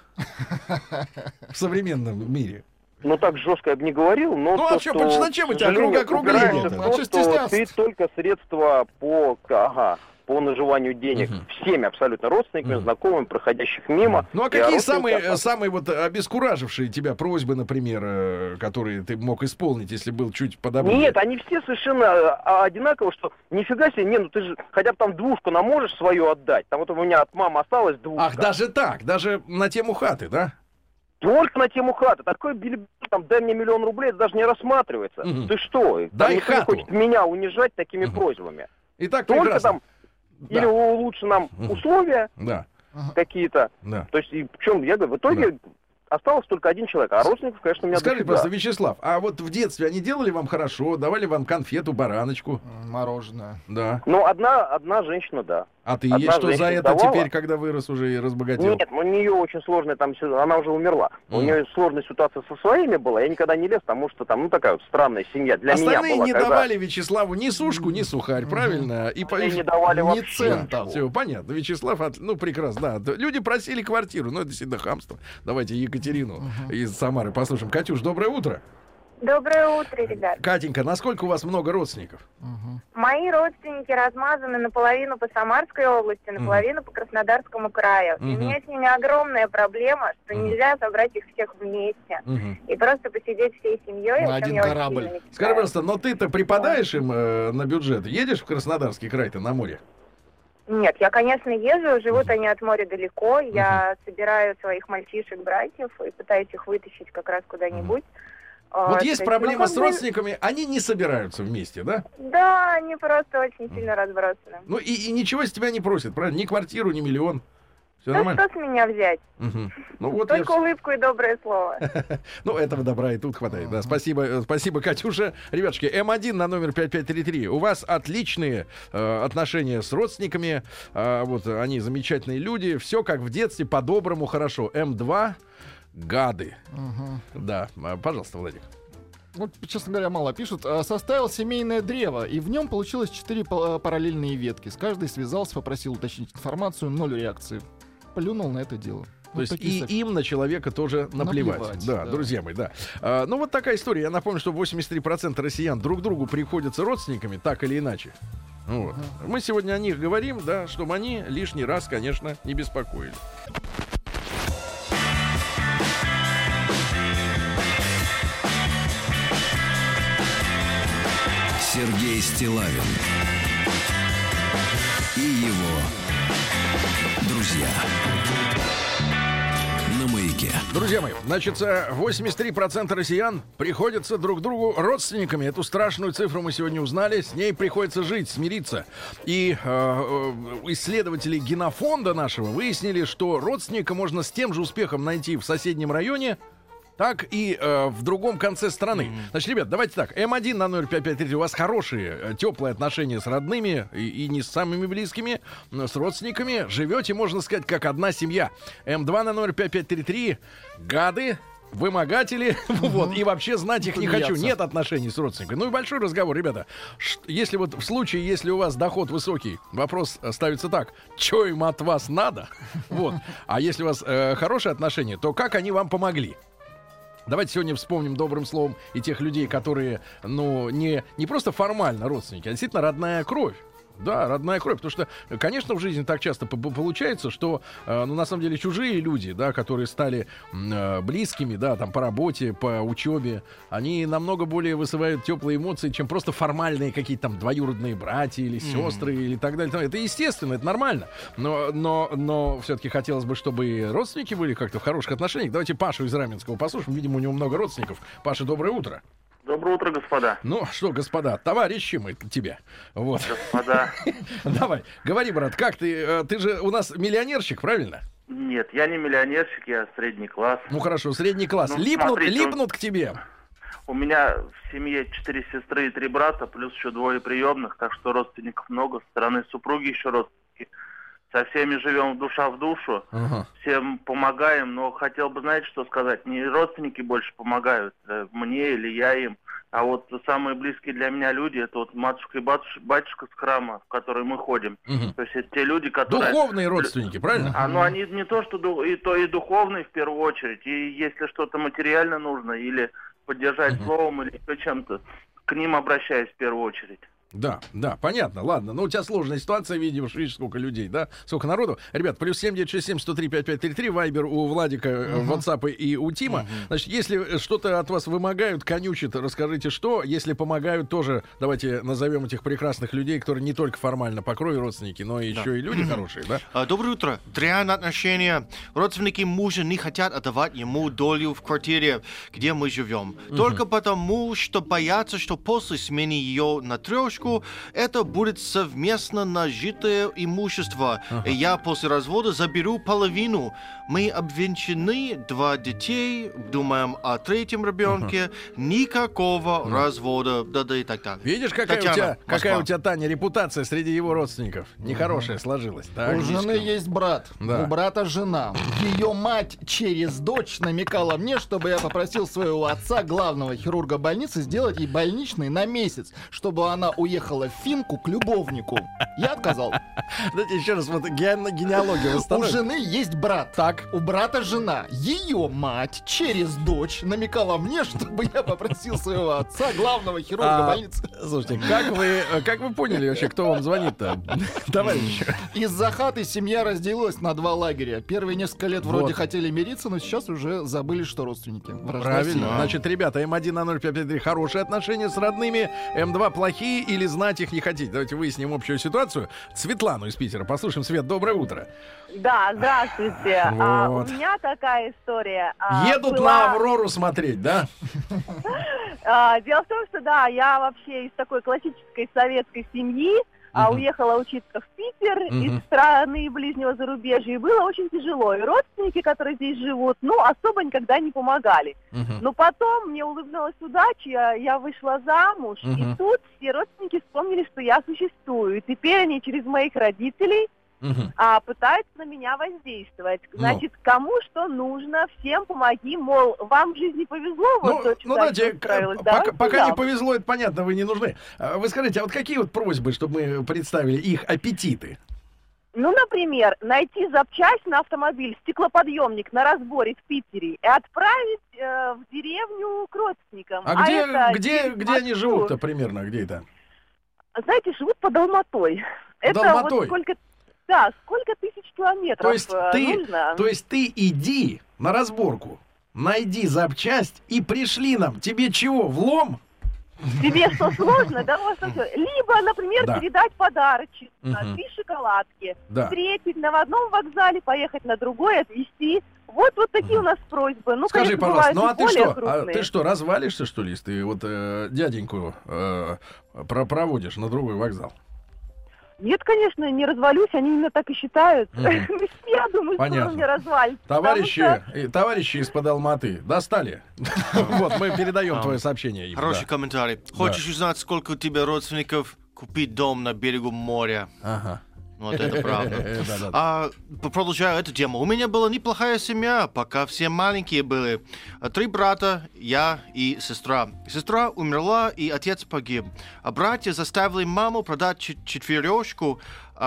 В современном мире. Ну, так жестко я бы не говорил, но... Ну, зачем эти округления? Ты только средства по наживанию денег всеми абсолютно родственниками, знакомыми, проходящих мимо. Ну, а какие самые вот обескуражившие тебя просьбы, например, которые ты мог исполнить, если был чуть подобнее? Нет, они все совершенно одинаково, что нифига себе, ты же хотя бы там двушку нам можешь свою отдать. Там вот у меня от мамы осталась двушка. Ах, даже так? Даже на тему хаты, да? Только на тему хаты. Такой билиберд, дай мне 1 000 000 рублей, это даже не рассматривается. Ты что? Дай никто хату. не хочет меня унижать такими просьбами. Итак, только прекрасно. там или улучши нам условия какие-то. Да. То есть, причем, я говорю, в итоге осталось только один человек, а родственников, конечно, у меня Скажи, просто, Вячеслав, а вот в детстве они делали вам хорошо, давали вам конфету, бараночку? Мороженое. Да. Ну, одна женщина, да. А ты ей что за это давала? теперь, когда вырос уже и разбогател? Нет, у нее очень сложная там, она уже умерла. У нее сложная ситуация со своими была, я никогда не лез, потому что там, такая вот странная семья для меня была. Остальные не давали Вячеславу ни сушку, ни сухарь, правильно? И не давали ни вообще. цента. Все, понятно. Вячеслав, прекрасно, да. Люди просили квартиру, но это всегда хамство. Давайте Екатерину из Самары послушаем. Катюш, доброе утро. Доброе утро, ребят. Катенька, насколько у вас много родственников? Мои родственники размазаны наполовину по Самарской области, наполовину по Краснодарскому краю. И у меня с ними огромная проблема, что нельзя собрать их всех вместе. И просто посидеть всей семьей. На один корабль. Скажи, пожалуйста, но ты-то припадаешь им на бюджет? Едешь в Краснодарский край-то на море? Нет, я, конечно, езжу, живут они от моря далеко. Я собираю своих мальчишек, братьев и пытаюсь их вытащить как раз куда-нибудь. Вот есть проблема с родственниками, они не собираются вместе, да? Да, они просто очень сильно разбросаны. Ну и ничего с тебя не просят, правильно? Ни квартиру, ни миллион. Все Ну нормально? что с меня взять? Ну, вот Только улыбку и доброе слово. Ну, этого добра и тут хватает. Да, спасибо, Катюша. Ребятушки, М1 на номер 5533. У вас отличные отношения с родственниками. Вот они замечательные люди. Все как в детстве, по-доброму, хорошо. М2 гады. Да, пожалуйста, Владик. Вот, честно говоря, мало пишут. Составил семейное древо, и в нем получилось 4 параллельные ветки. С каждой связался, попросил уточнить информацию, 0 реакции. Плюнул на это дело. То есть и им на человека тоже наплевать. Да, друзья мои, да. Ну вот такая история. Я напомню, что 83% россиян друг другу приходятся родственниками, так или иначе. Вот. Мы сегодня о них говорим, да, чтобы они лишний раз, конечно, не беспокоили. Сергей Стиллавин и его друзья на Маяке. Друзья мои, значит, 83% россиян приходятся друг другу родственниками. Эту страшную цифру мы сегодня узнали. С ней приходится жить, смириться. И исследователи генофонда нашего выяснили, что родственника можно с тем же успехом найти в соседнем районе, так и в другом конце страны. Значит, ребят, давайте так. М1 на номер 5533. У вас хорошие, теплые отношения с родными и не с самыми близкими, с родственниками. Живете, можно сказать, как одна семья. М2 на номер 5533. Гады, вымогатели, вот, и вообще знать их не хочу. Нет отношений с родственниками. Ну и большой разговор, ребята. Если вот в случае, если у вас доход высокий, вопрос ставится так: что им от вас надо? Вот. А если у вас хорошие отношения, то как они вам помогли? Давайте сегодня вспомним добрым словом и тех людей, которые, ну, не просто формально родственники, а действительно родная кровь. Да, родная кровь, потому что, конечно, в жизни так часто получается, что, ну, на самом деле, чужие люди, да, которые стали близкими, да, там, по работе, по учебе, они намного более вызывают теплые эмоции, чем просто формальные какие-то там двоюродные братья или сестры или так далее. Это естественно, это нормально, но все-таки хотелось бы, чтобы и родственники были как-то в хороших отношениях. Давайте Пашу из Раменского послушаем, видимо, у него много родственников. Паша, доброе утро. Доброе утро, господа. Ну что, господа, товарищи мы тебе. Вот. Господа. Давай, говори, брат, как ты? Ты же у нас миллионерщик, правильно? Нет, я не миллионерщик, я средний класс. Ну хорошо, средний класс. Ну, липнут к тебе. У меня в семье 4 сестры и 3 брата, плюс еще 2 приемных, так что родственников много. Со стороны супруги еще родственники. Со всеми живем душа в душу, всем помогаем, но хотел бы, знаете, что сказать? Не родственники больше помогают мне или я им, а вот самые близкие для меня люди, это вот матушка и батюшка с храма, в который мы ходим. То есть это те люди, которые... Духовные родственники, правильно? Ну, они не то, что и духовные в первую очередь, и если что-то материально нужно, или поддержать словом, или еще чем-то, к ним обращаюсь в первую очередь. Да, понятно, ладно. Ну, у тебя сложная ситуация, видишь, сколько людей, да? Сколько народу. Ребят, плюс 7967-103-5533, Вайбер у Владика, WhatsApp и у Тима. Значит, если что-то от вас вымогают, конючат, расскажите, что. Если помогают, тоже давайте назовем этих прекрасных людей, которые не только формально по крови родственники, но еще и люди хорошие, да? Доброе утро. Реальные отношения. Родственники мужа не хотят отдавать ему долю в квартире, где мы живем. Только потому, что боятся, что после смены ее на трешку это будет совместно нажитое имущество. И я после развода заберу половину. Мы обвенчаны, 2 детей, думаем о 3-м ребенке. Никакого развода, да и так далее. Видишь, какая у тебя, Таня, репутация среди его родственников? Нехорошая сложилась. Так? У жены есть брат, у брата жена. Ее мать через дочь намекала мне, чтобы я попросил своего отца, главного хирурга больницы, сделать ей больничный на месяц, чтобы она уехала в Финку к любовнику. Я отказал. Давайте еще раз, вот генеалогия У восстановим. жены есть брат. Так. У брата жена. Ее мать через дочь намекала мне, чтобы я попросил своего отца, главного хирурга больницы. Слушайте, как вы поняли вообще, кто вам звонит-то, товарищ? Из-за хаты семья разделилась на 2 лагеря. Первые несколько лет вроде хотели мириться, но сейчас уже забыли, что родственники. Вражда Правильно. сильна. Значит, ребята, М1 на 0553 хорошие отношения с родными, М2 плохие или знать их не хотите. Давайте выясним общую ситуацию. Светлану из Питера. Послушаем. Свет, доброе утро. Да, здравствуйте. Вот. У меня такая история. Едут на Аврору смотреть, да? Дело в том, что да, я вообще из такой классической советской семьи, уехала учиться в Питер из страны ближнего зарубежья, и было очень тяжело. И родственники, которые здесь живут, особо никогда не помогали. Но потом мне улыбнулась удача, я вышла замуж, и тут все родственники вспомнили, что я существую. И теперь они через моих родителей пытаются на меня воздействовать. Значит, кому что нужно, всем помоги, мол, вам в жизни повезло, вот дочь давайте, устроилась, пока не повезло, это понятно, вы не нужны. Вы скажите, а вот какие вот просьбы, чтобы мы представили их аппетиты? Ну, например, найти запчасть на автомобиль, стеклоподъемник на разборе в Питере и отправить в деревню к родственникам. Где они живут-то примерно, где это? Знаете, живут под Алматой. Алматой? Вот сколько тысяч километров нужно. То есть ты иди на разборку, найди запчасть и пришли нам. Тебе чего, влом? Тебе что, сложно? Да, либо, например, передать подарочек, 3 шоколадки, встретить на одном вокзале, поехать на другой, отвезти. Вот такие у нас просьбы. Ну, скажи, конечно, пожалуйста, ты что, развалишься, что ли, если ты вот дяденьку проводишь на другой вокзал? Нет, конечно, не развалюсь, они именно так и считают. Я думаю, что он меня развалит. Товарищи из-под Алматы, достали? Вот, мы передаем твое сообщение. Хороший комментарий. Хочешь узнать, сколько у тебя родственников? Купить дом на берегу моря. Ага. Вот это правда. Продолжаю эту тему. У меня была неплохая семья, пока все маленькие были. 3 брата, я и сестра. Сестра умерла, и отец погиб. А братья заставили маму продать четверёшку,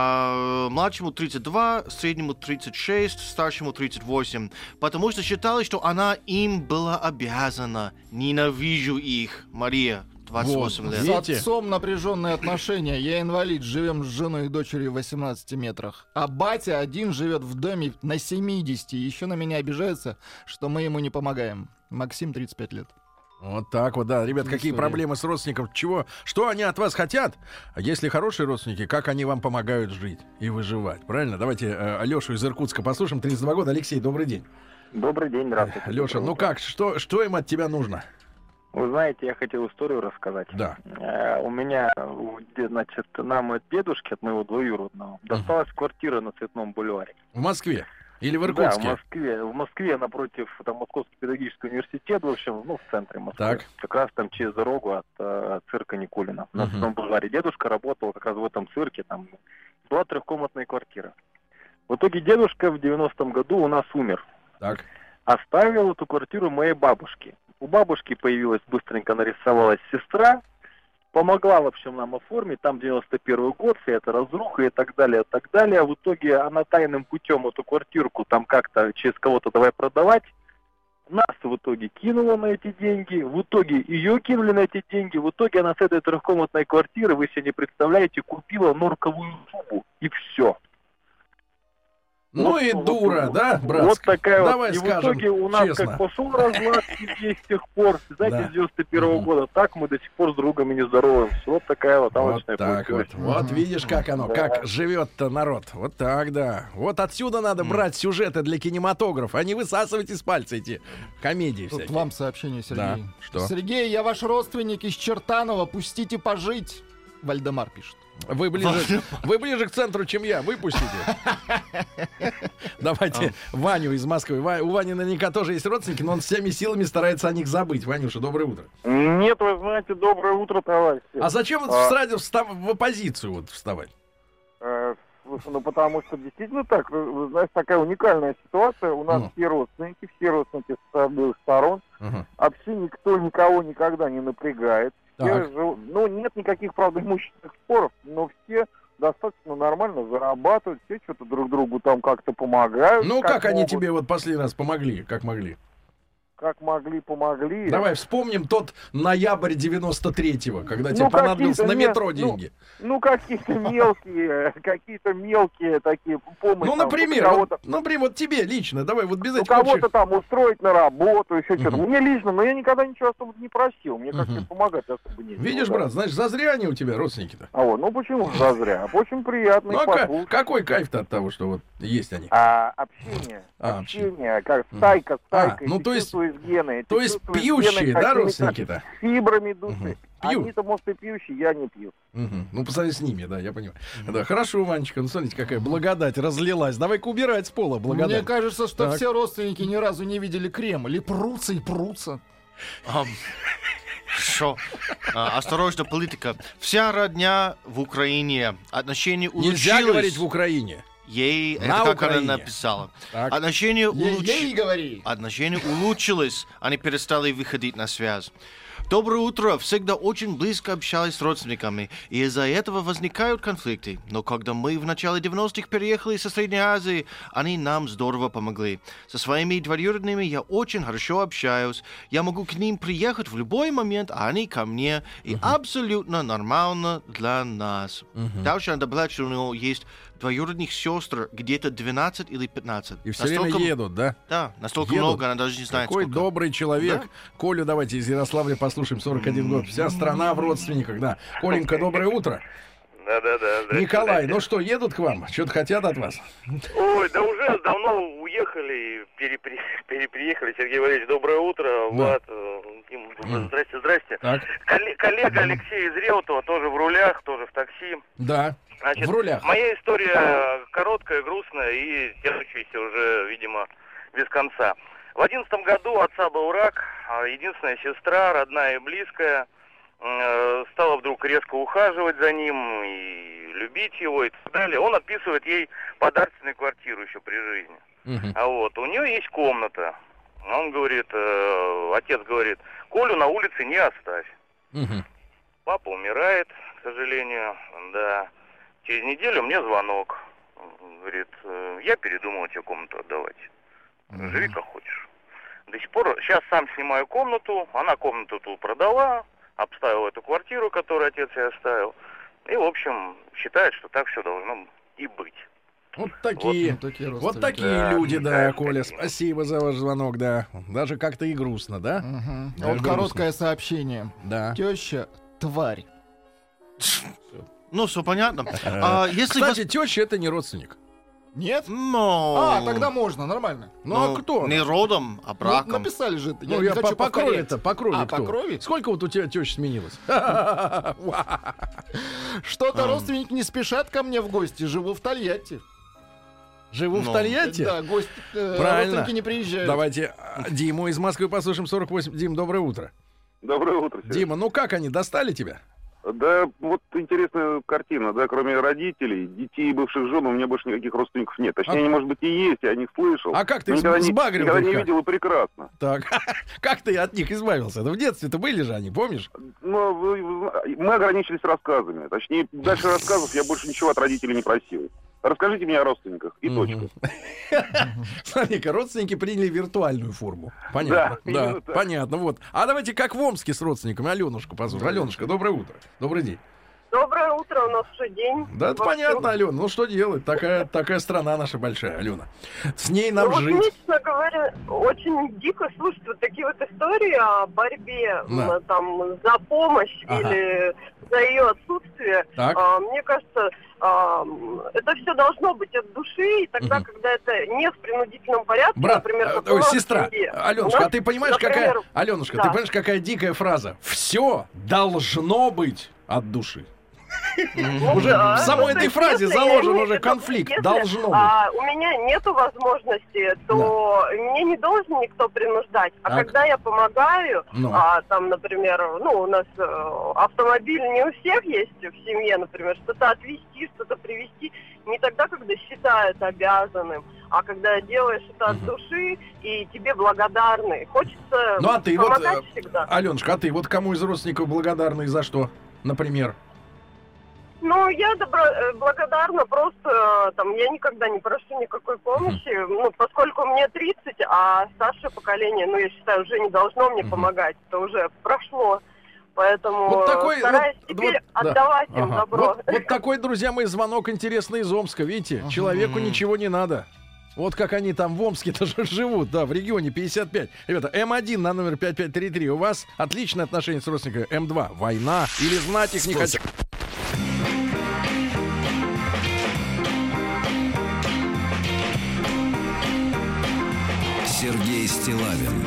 младшему 32, среднему 36, старшему 38, потому что считали, что она им была обязана. Ненавижу их, Мария. 28 лет. С отцом напряженные отношения. Я инвалид, живем с женой и дочерью в 18 метрах. А батя один живет в доме на 70. Еще на меня обижается, что мы ему не помогаем. Максим, 35 лет. Вот так вот, да. Ребят, какие проблемы с родственниками? Что они от вас хотят? Если хорошие родственники, как они вам помогают жить и выживать? Правильно? Давайте Лешу из Иркутска послушаем. 32 года. Алексей, добрый день. Добрый день, здравствуйте. Леша, ну как? Что им от тебя нужно? Вы знаете, я хотел историю рассказать. Да. У меня, значит, нам от дедушки, от моего двоюродного, досталась квартира на Цветном бульваре. В Москве? Или в Иркутске? Да, в Москве, напротив Московский педагогический университет, в общем, в центре Москвы. Так. Как раз там через дорогу от цирка Никулина. На Цветном бульваре. Дедушка работал как раз в этом цирке, там была 3-комнатная квартира. В итоге дедушка в 90-м году у нас умер. Так. Оставил эту квартиру моей бабушке. У бабушки появилась, быстренько нарисовалась сестра, помогла, в общем, нам оформить, там 91 год, вся эта разруха и так далее, и так далее. В итоге она тайным путем эту квартирку там как-то через кого-то давай продавать. Нас в итоге кинула на эти деньги, в итоге ее кинули на эти деньги, в итоге она с этой 3-комнатной квартиры, вы себе не представляете, купила норковую шубу, и все. Ну вот, и дура, вот, да, брат? Вот такая Давай вот. И скажем в итоге у нас честно. как пошел разлад с тех пор, знаете, с 91 года, так мы до сих пор с другом и не здороваемся. Вот такая вот алочная вот. Вот видишь, как оно, как живет-то народ. Вот так, да. Вот отсюда надо брать сюжеты для кинематографа, а не высасывать из пальца эти комедии всякие. Тут вам сообщение, Сергей. Да. Что? Сергей, я ваш родственник из Чертанова, пустите пожить. Вальдемар пишет. Вы ближе к центру, чем я. Выпустите. Давайте Ваню из Москвы. У Вани наверняка тоже есть родственники, но он всеми силами старается о них забыть. Ванюша, доброе утро. Нет, вы знаете, доброе утро, товарищи. А зачем в оппозицию вот вставать? Ну, потому что действительно так, вы знаете, такая уникальная ситуация. У нас все родственники с обеих сторон. Вообще никто никого никогда не напрягает. Ну, нет никаких, правда, имущественных споров, но все достаточно нормально зарабатывают, все что-то друг другу там как-то помогают. Ну, как они тебе вот последний раз помогли, как могли? Как могли, помогли. Давай вспомним тот ноябрь 93-го, когда тебе понадобилось на метро деньги. Ну, какие-то мелкие такие помощи. Ну, например, вот тебе лично, давай вот без этих... кого-то там устроить на работу, еще что-то. Мне лично, но я никогда ничего особо не просил. Мне как-то помогать особо не. Видишь, брат, значит, зазря они у тебя, родственники-то. Ну почему зазря? Очень приятно. Ну, а какой кайф-то от того, что вот есть они? Общение, как стайка. Ну, то есть... Гены. То есть пьющие, да, родственники-то? Фибрами души. Они-то, может, и пьющие, я не пью. Ну, по сравнению с ними, да, я понимаю. Да, хорошо, Ванечка, ну, смотрите, какая благодать разлилась. Давай-ка убирать с пола благодать. Мне кажется, что все родственники ни разу не видели крем. Или прутся и прутся. Что? Осторожно, политика. Вся родня в Украине. Отношения улучшились. Нельзя говорить в Украине. Ей, это как она написала. Отношения улучшились, они перестали выходить на связь. Доброе утро. Всегда очень близко общались с родственниками, и из-за этого возникают конфликты. Но когда мы в начале 90-х переехали со Средней Азии, они нам здорово помогли. Со своими двоюродными я очень хорошо общаюсь. Я могу к ним приехать в любой момент, а они ко мне. И абсолютно нормально для нас. Дальше надо добавлять, что у него есть двоюродных сестр где-то 12 или 15. И все время едут, да? Да, настолько много, она даже не знает, Какой сколько. добрый человек. Да? Колю давайте из Ярославля послушаем, 41 год. Вся страна в родственниках, да. Коленька, доброе утро. Да. Николай, ну что, едут к вам? Что-то хотят от вас? Ой, да уже давно уехали, переехали. Сергей Валерьевич, доброе утро. Влад, здрасте. Так. Коллега Алексей из Реутова, тоже в рулях, тоже в такси. Да. Значит, в рулях. Моя история короткая, грустная и тянущаяся уже, видимо, без конца. В 2011 году у отца был рак, единственная сестра, родная и близкая, стала вдруг резко ухаживать за ним и любить его и так далее. Он отписывает ей подарочную квартиру еще при жизни. А вот у нее есть комната. Он говорит, отец говорит, Колю на улице не оставь. Папа умирает, к сожалению, да. Через неделю мне звонок. Говорит, я передумал тебе комнату отдавать. Живи как хочешь. До сих пор, сейчас сам снимаю комнату. Она комнату ту продала, обставила эту квартиру, которую отец ей оставил. И, в общем, считает, что так все должно и быть. Вот такие люди, да, Коля. Спасибо за ваш звонок, да. Даже как-то и грустно, да? Вот короткое сообщение. Да. Теща — тварь. Ну, все понятно. Кстати, теща — это не родственник. Нет? Но... тогда можно, нормально. Ну, а кто? Не родом, а браком. Написали же. Я по крови-то, по крови кто? По крови? Сколько вот у тебя теща сменилось? Что-то родственники не спешат ко мне в гости. Живу в Тольятти. Живу в Тольятти? Да, гости, родственники не приезжают. Давайте Диму из Москвы послушаем, 48. Дим, доброе утро. Доброе утро, Сергей. Дима, ну как они, достали тебя? Да, вот интересная картина, да, кроме родителей, детей и бывших жен, у меня больше никаких родственников нет. Точнее, они, может быть, и есть, я о них слышал. А как ты их сбагрил? Никогда не видел, и прекрасно. Так, как ты от них избавился? В детстве-то были же они, помнишь? Ну, мы ограничились рассказами. Точнее, дальше рассказов я больше ничего от родителей не просил. Расскажите мне о родственниках, и точка. Смотри-ка, родственники приняли виртуальную форму. Понятно. Да, понятно. Вот. А давайте как в Омске с родственниками. Аленушку послушаем. Аленушка, доброе утро. Добрый день. Доброе утро, у нас уже день. Да, это понятно, Алена. Ну что делать? Такая страна наша большая, Алена. С ней нам жить. Мне, честно говоря, очень дико слушать вот такие вот истории о борьбе там за помощь или за ее отсутствие. Мне кажется, это все должно быть от души, и тогда, когда это не в принудительном порядке, брат, например, сестра, Аленушка, а ты понимаешь, ты понимаешь, какая дикая фраза? Все должно быть от души. Уже в самой этой фразе заложен уже конфликт. Должно быть. У меня нету возможности, то мне не должен никто принуждать. А когда я помогаю, там, например, у нас автомобиль не у всех есть в семье, например, что-то отвезти, что-то привезти, не тогда, когда считают обязанным, а когда делаешь это от души и тебе благодарны. Хочется помогать всегда. Аленушка, а ты вот кому из родственников благодарна и за что, например? Ну, я благодарна просто, я никогда не прошу никакой помощи, поскольку мне 30, а старшее поколение, я считаю, уже не должно мне помогать, это уже прошло. Поэтому стараюсь теперь отдавать им добро. Вот такой, друзья мои, звонок интересный из Омска, видите? Человеку ничего не надо. Вот как они там в Омске-то живут, в регионе 55. Ребята, М1 на номер 5533. У вас отличное отношение с родственниками. М2. Война. Или знать их не хочу. Сергей Стиллавин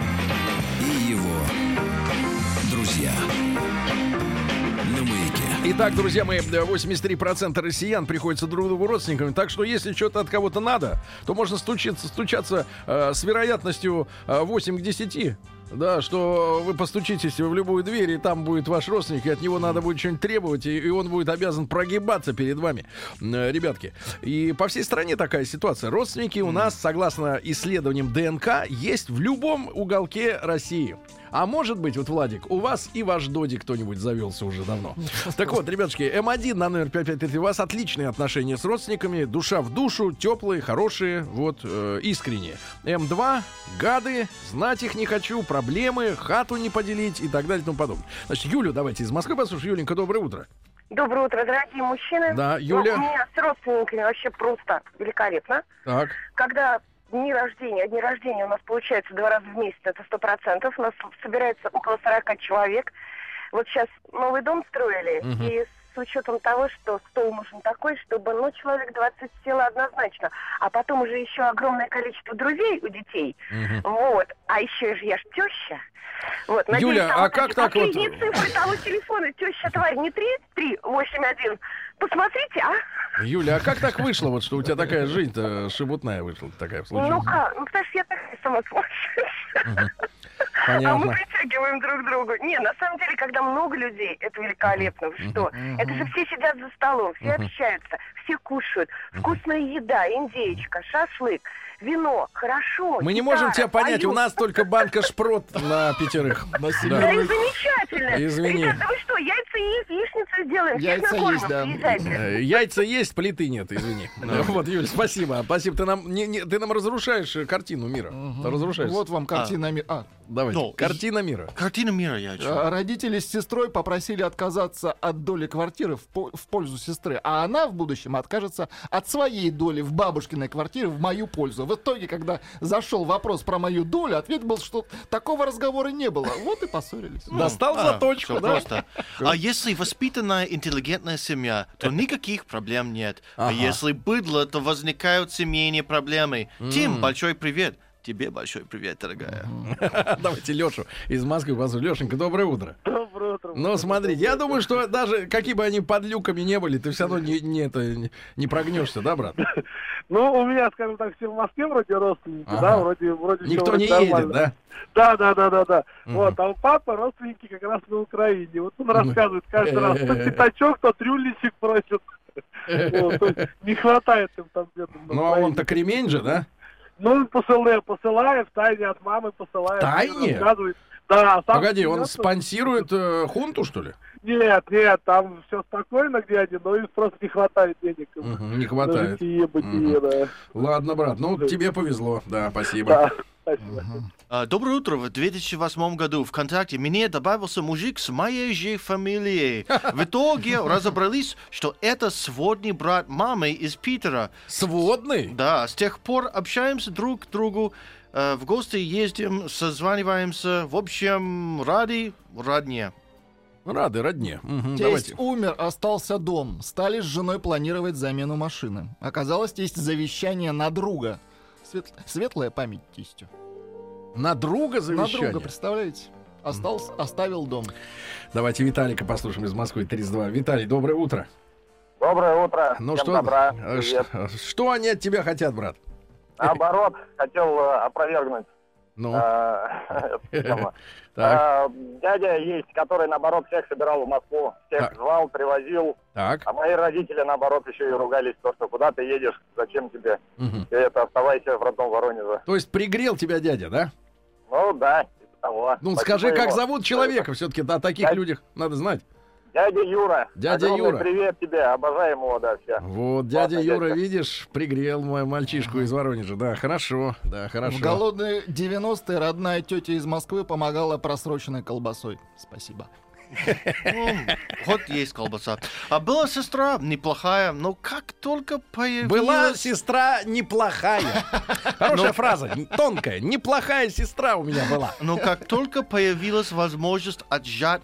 и его друзья на Маяке. Итак, друзья мои, 83% россиян приходятся друг другу родственниками. Так что, если что-то от кого-то надо, то можно стучаться с вероятностью 8 к 10. Да, что вы постучитесь в любую дверь, и там будет ваш родственник, и от него надо будет что-нибудь требовать, и он будет обязан прогибаться перед вами, ребятки. И по всей стране такая ситуация. Родственники у нас, согласно исследованиям ДНК, есть в любом уголке России. А может быть, вот, Владик, у вас и ваш додик кто-нибудь завелся уже давно. Так вот, ребятушки, М1 на номер 5533. У вас отличные отношения с родственниками. Душа в душу, теплые, хорошие, искренние. М2, гады, знать их не хочу, проблемы, хату не поделить и так далее и тому подобное. Значит, Юлю давайте из Москвы послушаем. Юленька, доброе утро. Доброе утро, дорогие мужчины. Да, Юля. У меня с родственниками вообще просто великолепно. Так. Когда дни рождения у нас получается 2 раза в месяц, это 100%. У нас собирается около 40 человек. Вот сейчас новый дом строили, и с учетом того, что стол нужен такой, чтобы, человек 20 сел однозначно. А потом уже еще огромное количество друзей у детей. Вот. А еще же я ж теща. Вот. Надеюсь, Юля, а как так вот? Цифры того телефона, теща тварь, не 3381. Посмотрите, а? Юля, а как так вышло, что у тебя такая жизнь-то шебутная вышла, такая в случае? Потому что я такая сама сумасшедшая. Понятно. А мы притягиваем друг к другу. Не, на самом деле, когда много людей, это великолепно. Вы что? Это же все сидят за столом, все общаются, все кушают. Вкусная еда, индеечка, шашлык, вино, хорошо. Мы не можем тебя понять, у нас только банка шпрот на 5. Да и замечательно. Извини. Ребята, вы что, яйца есть, яичницу сделаем, яйца есть, да. Яйца есть, плиты нет, извини. Вот, Юль, спасибо. Спасибо, ты нам разрушаешь картину мира. Разрушаешь. Вот вам картина мира. Давайте, картина мира. Картина мира, Родители с сестрой попросили отказаться от доли квартиры в пользу сестры, а она в будущем откажется от своей доли в бабушкиной квартире в мою пользу. В итоге, когда зашел вопрос про мою долю, ответ был, что такого разговора не было. Вот и поссорились. Достал заточку, да? Просто. А если воспитанная, интеллигентная семья, то никаких проблем нет. А если быдло, то возникают семейные проблемы. Тим, большой привет. Тебе большой привет, дорогая. Давайте Лешу из Москвы послушаем. Лешенька, доброе утро. Доброе утро. Ну, смотрите, я думаю, что даже какие бы они подлюками не были, ты все равно не прогнешься, да, брат? Ну, у меня, скажем так, все в Москве вроде родственники, да, вроде никто не едет, да? Да. Вот, а у папы родственники как раз на Украине. Вот он рассказывает каждый раз, то пятачок, то трюльничек просит. Не хватает им там где-то. Ну, а он-то кремень же, да? Ну, посылает, втайне от мамы посылает. Тайне? Да. Погоди, он спонсирует хунту, что ли? Нет, там все спокойно, где они, но им просто не хватает денег. Не хватает. Да. Ладно, брат, тебе повезло, да, спасибо. Да. Спасибо. Доброе утро. В 2008 году ВКонтакте мне добавился мужик с моей же фамилией. В итоге разобрались, что это сводный брат мамы из Питера. Сводный? Да, с тех пор общаемся друг к другу, в гости ездим, созваниваемся. В общем, рады родне. Рады родне. Тесть умер, остался дом. Стали с женой планировать замену машины. Оказалось, есть завещание на друга. Светлая память тестю. На друга завещание? На друга, представляете? Оставил дом. Давайте Виталика послушаем из Москвы, 32. Виталий, доброе утро. Доброе утро. Ну Всем что, добра. Что они от тебя хотят, брат? Наоборот, хотел опровергнуть. Ну. Дядя есть, который, наоборот, всех собирал в Москву. Всех звал, привозил. Так. А мои родители, наоборот, еще и ругались, то, что куда ты едешь, зачем тебе. Ты это, оставайся в родном Воронеже. То есть пригрел тебя дядя, да? Ну да, типа того. Ну скажи, как зовут человека? Все-таки о таких людях надо знать. Дядя Юра. Дядя Огромный Юра. Привет тебе, обожаем его, да, все. Вот, дядя Юра, видишь, пригрел мою мальчишку из Воронежа. Да, хорошо, да, хорошо. В голодные 90-е родная тетя из Москвы помогала просроченной колбасой. Спасибо. Вот есть колбаса. А была сестра неплохая, но как только появилась... Была сестра неплохая. Хорошая фраза, тонкая. Неплохая сестра у меня была. Но как только появилась возможность отжать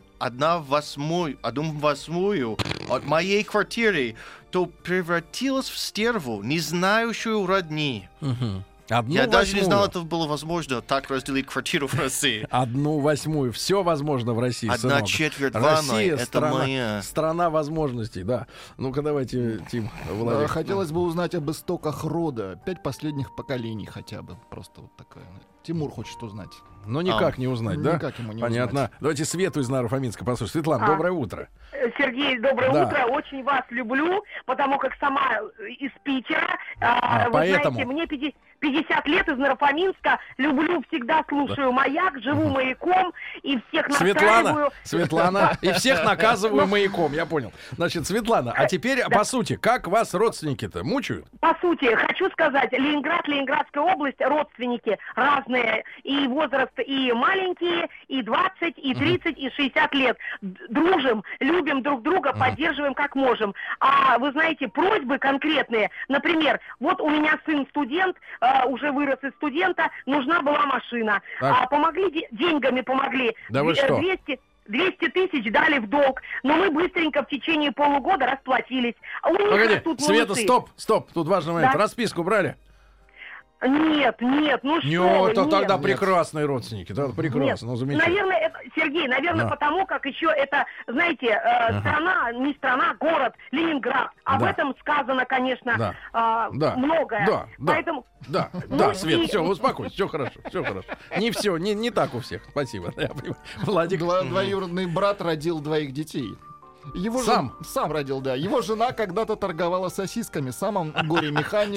1/8 от моей квартиры, то превратилась в стерву, не знающую родни. Я даже не знал, это было возможно, так разделить квартиру в России. 1/8. Все возможно в России, 1/4 ванной, это моя. Страна возможностей, да. Ну-ка, давайте, Тим, Владимир. Хотелось бы узнать об истоках рода. 5 последних поколений хотя бы. Просто вот такое. Тимур хочет узнать. Но никак не узнать, да? Никак ему не Понятно. узнать. Давайте Свету из Наро-Фоминска послушаем. Светлана, доброе утро. Сергей, доброе утро. Очень вас люблю, потому как сама из Питера. Вы поэтому. знаете, мне 50 лет из Наро-Фоминска. Люблю, всегда слушаю «Маяк», живу маяком и всех настраиваю. Светлана, и всех наказываю маяком, я понял. Значит, Светлана, а теперь по сути, как вас родственники-то мучают? По сути, хочу сказать, Ленинград, Ленинградская область, родственники разные, и возраст и маленькие, и 20, и 30, и 60 лет. Дружим, любим друг друга, поддерживаем как можем. А вы знаете, просьбы конкретные, например, вот у меня сын студент, уже вырос из студента, нужна была машина. Помогли, деньгами помогли. Да вы что? 200 тысяч дали в долг, но мы быстренько в течение полугода расплатились. У них Погоди, тут Света, стоп, тут важный момент. Да? Расписку брали? Нет, ну что нет, вы, тогда нет. прекрасные родственники, тогда прекрасно, ну замечательно. Наверное, Сергей, потому как еще это, знаете, страна, не страна, город, Ленинград. Об этом сказано, конечно, многое. Поэтому... Да, Свет, все, успокойся, все хорошо. Не все, не так у всех, спасибо. Владик. Двоюродный брат родил 2 детей. Его сам родил, да. Его жена когда-то торговала сосисками. Сам он горе-механик.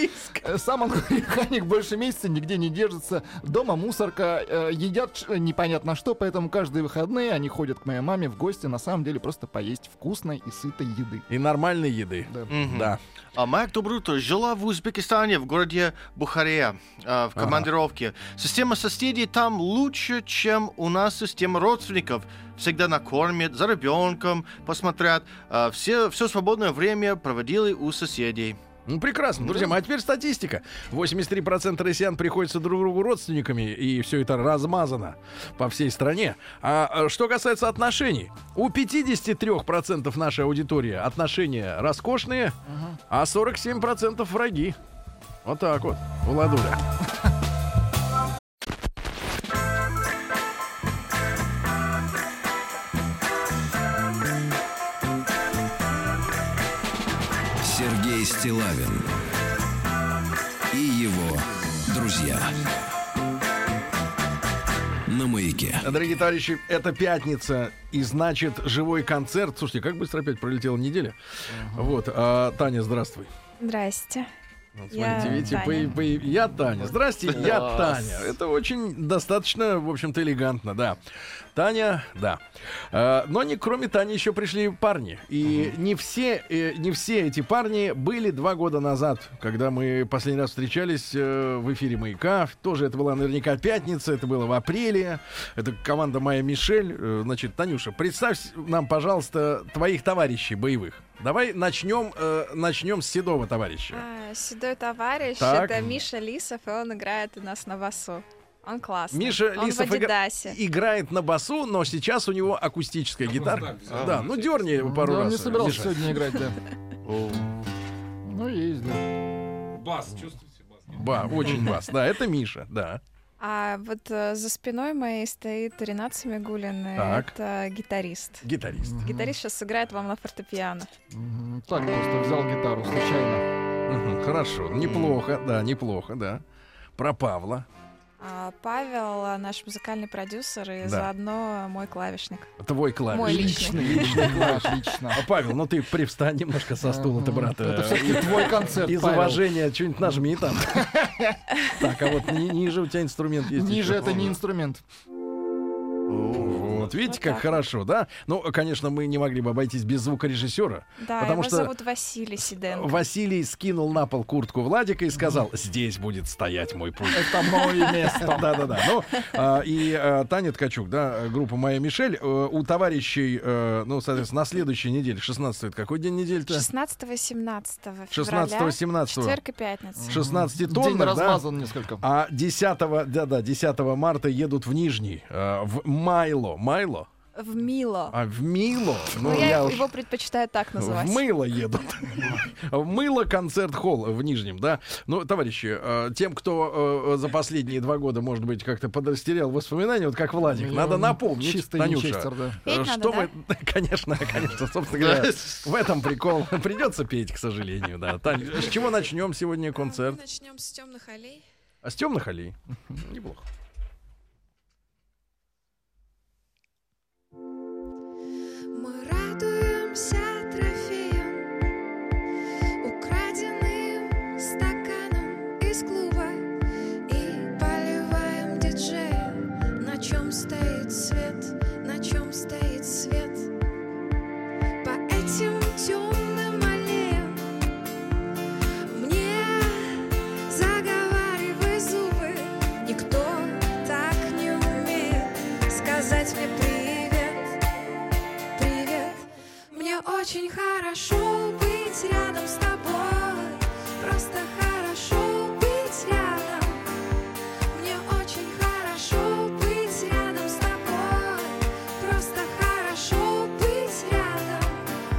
Сам он горе-механик, больше месяца нигде не держится. Дома мусорка. Едят непонятно что, поэтому каждые выходные они ходят к моей маме в гости. На самом деле просто поесть вкусной и сытой еды. И нормальной еды. Да. А моя добрута жила в Узбекистане, в городе Бухаре, в командировке. Система соседей там лучше, чем у нас система родственников. Всегда накормят, за ребенком посмотрят. Все свободное время проводили у соседей. Ну, прекрасно, друзья мои. А теперь статистика. 83% россиян приходятся друг другу родственниками, и все это размазано по всей стране. А что касается отношений, у 53% нашей аудитории отношения роскошные, а 47% враги. Вот так вот, Владуля. Сергей Стиллавин и его друзья на Маяке. Дорогие товарищи, это пятница, и значит живой концерт. Слушайте, как быстро опять пролетела неделя. Вот, Таня, здравствуй. Здрасте. Вот, смотрите, видите, я Таня. Здрасте, я Таня. Это очень достаточно, в общем-то, элегантно, да. Таня, да. Но кроме Тани еще пришли парни. И не все эти парни были 2 года назад, когда мы последний раз встречались в эфире «Маяка». Тоже это была наверняка пятница, это было в апреле. Это команда «Моя Мишель». Значит, Танюша, представь нам, пожалуйста, твоих товарищей боевых. Давай начнем с седого товарища. Седой товарищ — это Миша Лисов, и он играет у нас на басу. Он классный. Миша он Лисов играет на басу, но сейчас у него акустическая гитара. Да, ну дерни пару раз. Он не собирался сегодня играть, да. Ну, есть, да. Бас, чувствуете бас? Очень бас, да, это Миша, да. А вот за спиной моей стоит Ренат Самигуллин. Так. Это гитарист. Гитарист. Гитарист сейчас сыграет вам на фортепиано. Так просто взял гитару случайно. Хорошо, неплохо, да. Про Павла. Павел наш музыкальный продюсер и заодно мой клавишник. Твой клавишник. Мой личный клавишник. Павел, ну ты привстань немножко со стула-то, брат. Это все-таки твой концерт, из уважения что-нибудь нажми там. Так, а вот ниже у тебя инструмент есть. Ниже это не инструмент. Вот, видите, как хорошо, да? Ну, конечно, мы не могли бы обойтись без звукорежиссера. Да, потому его что зовут Василий Сиденко. Василий скинул на пол куртку Владика и сказал: здесь будет стоять мой пульт. Это мое место. Да-да-да. Ну, и Таня Ткачук, да, группа «Моя Мишель», у товарищей, ну, соответственно, на следующей неделе, 16-го, это какой день недели-то? 16-17 февраля. 16-17. Четверг и пятница. 16-тонных, День размазан несколько. А 10 марта едут в Нижний, в Майло. В Мило. В Мило? Ну, я его предпочитаю так называть. В Мыло едут. В Мыло концерт-холл в Нижнем, да. Ну, товарищи, тем, кто за последние 2 года, может быть, как-то подрастерял воспоминания, вот как Владик, надо напомнить, чистый Танюша, Винчестер, да. Петь что надо, вы... Конечно, собственно говоря, в этом прикол. Придется петь, к сожалению, да. Тань, с чего начнем сегодня концерт? Мы начнем с «Темных аллей». А с «Темных аллей»? Неплохо. Мы радуемся трофеям, украденным стаканом из клуба, и поливаем диджея, на чем стоит свет, на чем стоит свет. По этим темным аллеям мне заговаривай зубы, никто так не умеет сказать мне привет, привет. Мне очень хорошо быть рядом с тобой, просто хорошо быть рядом. Мне очень хорошо быть рядом с тобой, просто хорошо быть рядом.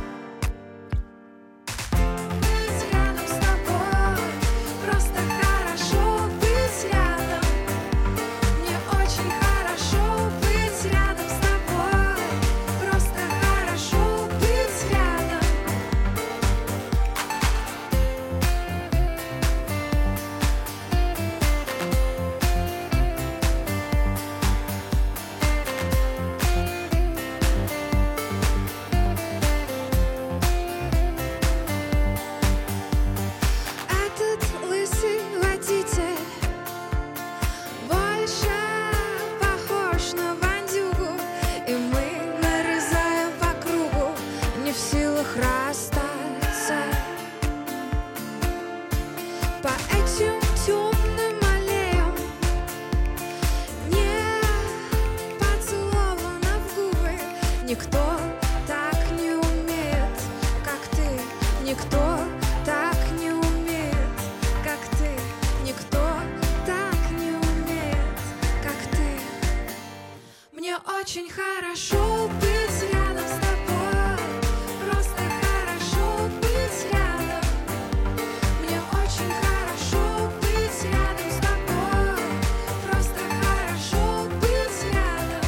Быть рядом с тобой, просто хорошо быть рядом. Мне очень хорошо быть рядом с тобой, просто хорошо быть рядом. Этот лысый водитель больше похож на бандюгу, и мы нарезаем по кругу, не в силах расстаться. По этим темным аллеям не поцеловано в губы, никто так не умеет, как ты, никто так не умеет, как ты, никто так не умеет, как ты. Мне очень хорошо быть рядом с тобой, просто хорошо быть рядом. Мне очень хорошо быть рядом с тобой, просто хорошо быть рядом.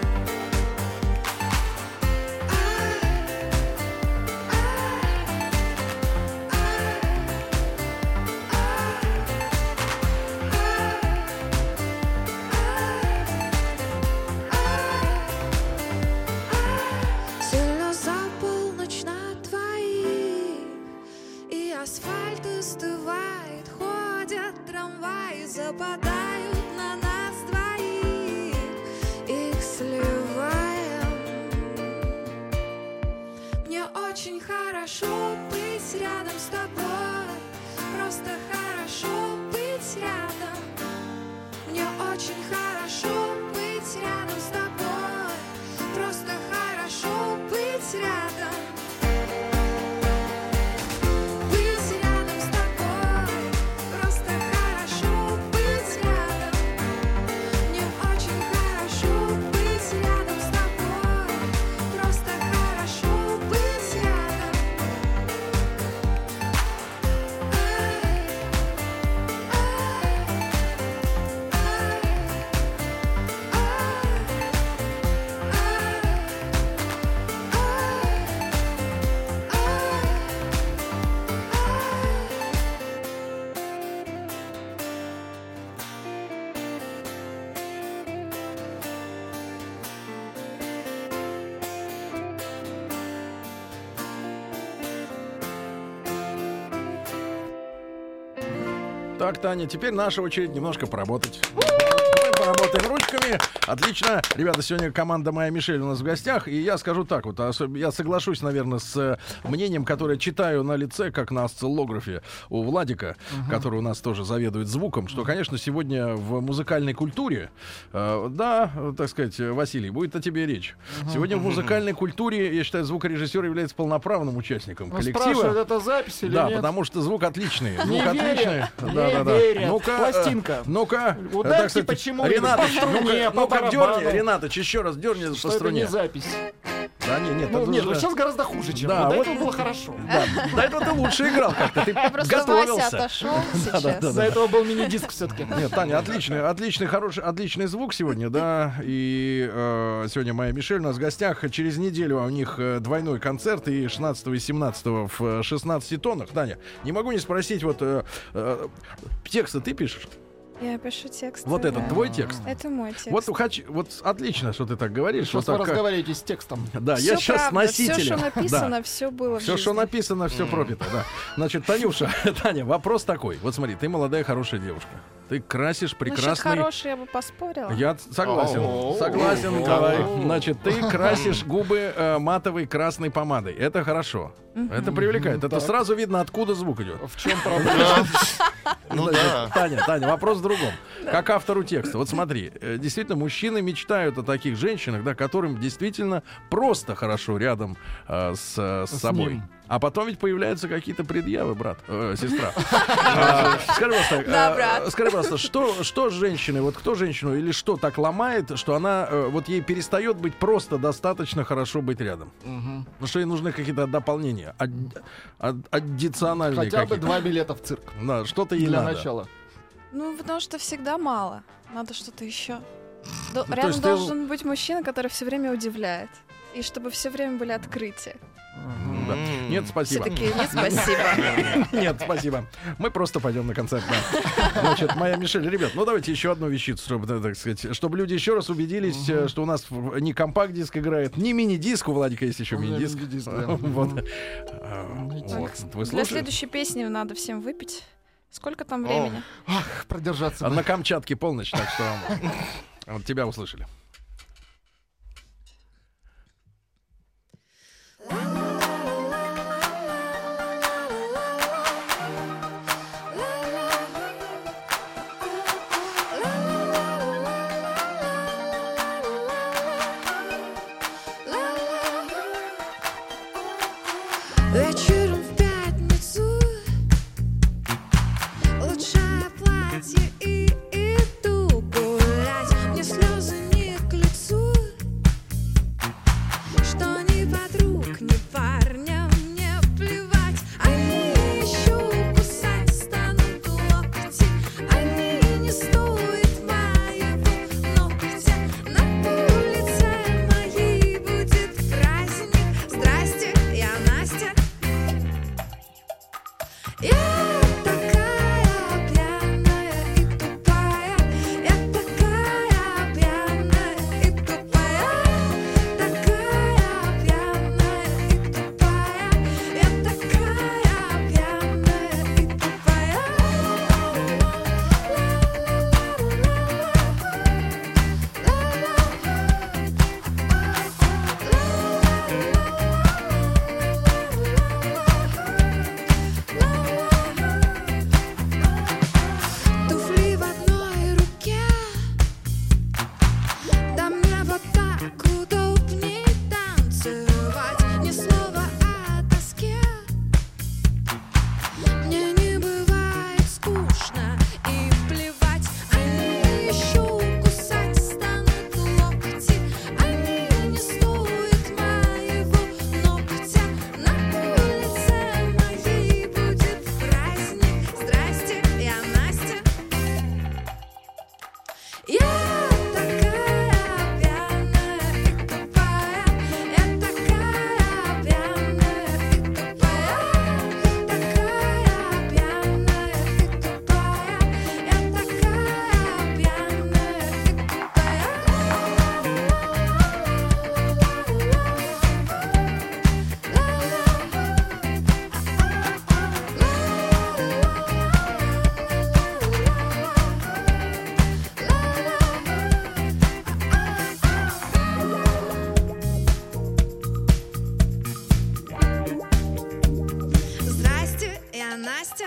Сильно за полночь на двоих, и асфальт остывает, ходят трамваи, западают на нас двоих, их сливаем. Мне очень хорошо быть рядом с тобой, просто хорошо быть рядом. Мне очень хорошо быть рядом с тобой, просто хорошо быть рядом. Быть рядом с тобой, просто хорошо быть рядом. Мне очень хорошо быть рядом с тобой, просто хорошо быть рядом. Так, Таня, теперь наша очередь немножко поработать. Мы поработаем ручками. Отлично. Ребята, сегодня команда «Моя Мишель» у нас в гостях. И я скажу так вот, я соглашусь, наверное, с мнением, которое читаю на лице, как на осциллографе у Владика, который у нас тоже заведует звуком, что, конечно, сегодня в музыкальной культуре, да, так сказать, Василий, будет о тебе речь. Сегодня в музыкальной культуре, я считаю, звукорежиссер является полноправным участником коллектива. Спрашивают, это запись или да, нет? потому что звук отличный. Не Звук верят, отличный. не Да. верят. Ну-ка, Пластинка. Ну-ка, Ударьте почему? Ренатыч, по струне, по ну-ка, барабану. дерни, Ренатыч, еще раз дерни по Что струне. это не запись? Да, нет, Ну, это нет, же- ну сейчас гораздо хуже, чем Да, до вот- этого было хорошо. Да, до этого ты лучше играл как-то, ты Просто готовился. Вася отошел сейчас. До этого был мини-диск все-таки. Нет, Таня, отличный, хороший, отличный звук сегодня, да. И сегодня «Моя Мишель» у нас в гостях. Через неделю у них двойной концерт, и 16 и 17 в 16 тоннах. Таня, не могу не спросить, вот тексты ты пишешь? Я пишу текст. Вот этот твой текст? Это мой текст. Вот отлично, что ты так говоришь. Сейчас вот вы так, разговариваете с текстом. Да, Всё я сейчас правда, носитель. Все, что написано, Да. все было в Все, жизни. что написано, все пропито, да. Значит, Танюша, Таня, вопрос такой. Вот смотри, ты молодая, хорошая девушка. Ты красишь Насчет прекрасный... хороший я бы поспорила. Я согласен. Согласен, давай. Значит, ты красишь губы матовой красной помадой. Это хорошо. Это привлекает. Это сразу видно, откуда звук идет. В чем проблема? Ну Значит, да. Таня, вопрос в другом. Как автору текста. Вот смотри, действительно, мужчины мечтают о таких женщинах, да, которым действительно просто хорошо рядом с собой. ним. А потом ведь появляются какие-то предъявы, брат, сестра. Да, брат. Скажи, пожалуйста, что с женщиной, вот кто женщину или что так ломает, что она вот ей перестает быть просто достаточно хорошо быть рядом? Потому что ей нужны какие-то дополнения, аддициональные Хотя бы какие-то. 2 билета в цирк. Да, что-то ей Для надо. начала. Ну, потому что всегда мало. Надо что-то еще. то Рядом есть ты- должен быть мужчина, который все время удивляет. И чтобы все время были открытия. Да. Нет, спасибо. Все такие, нет, спасибо. Нет, спасибо. Мы просто пойдем на концерт. Да. Значит, «Моя Мишель», ребят, ну давайте еще одну вещицу, чтобы, так сказать, чтобы люди еще раз убедились, что у нас не компакт-диск играет, не мини-диск, у Владика есть еще мини-диск. Вот. Вот. Вы Для слушали? следующей песни надо всем выпить. Сколько там времени? Ах, продержаться. На Камчатке полночь, так что вот тебя услышали. Вечером в пятницу улучшая платье и иду гулять. Мне слезы не к лицу, что ни подруг, ни парня мне плевать. Они еще кусать станут локти, они не стоят моего ногтя. На улице моей будет праздник. Здрасте, я Настя. я Настя.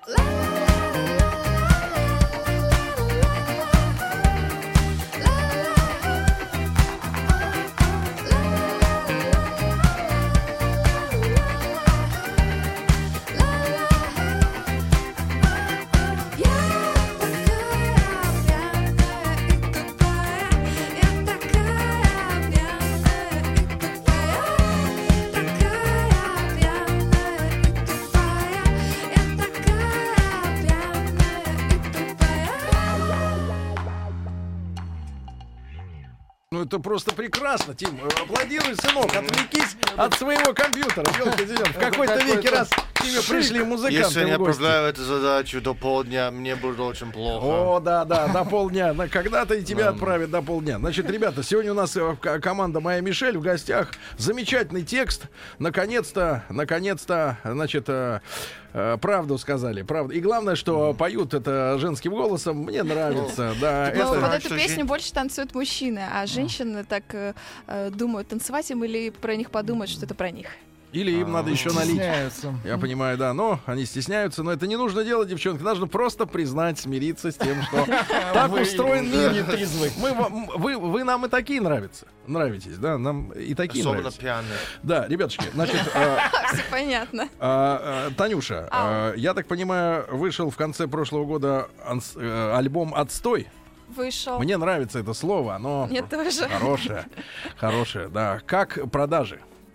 Ну это просто прекрасно, Тим. Аплодируй, сынок, отвлекись от своего компьютера. В какой-то веке раз к тебе пришли музыканты. Если не в гости. отправляю эту задачу до полдня, мне будет очень плохо. О, да, до полдня. Когда-то и тебя отправят до полдня. Значит, ребята, сегодня у нас команда «Моя Мишель» в гостях. Замечательный текст. Наконец-то, значит, правду сказали. Правду. И главное, что поют это женским голосом. Мне нравится. Да, Но под эту песню больше танцуют мужчины, а женщины так думают, танцевать им или про них подумать, что это про них. Или им надо еще налить. Я понимаю, да, но они стесняются. Но это не нужно делать, девчонки. Нужно просто признать, смириться с тем, что так устроен мир. Вы нам и такие нравитесь, да? Нам и такие особенно нравятся. пьяные. Да, ребятушки, значит... Все понятно. Танюша, я так понимаю, вышел в конце прошлого года альбом «Отстой». Вышел. Мне нравится это слово, оно Мне тоже. хорошее, да. Как продажи?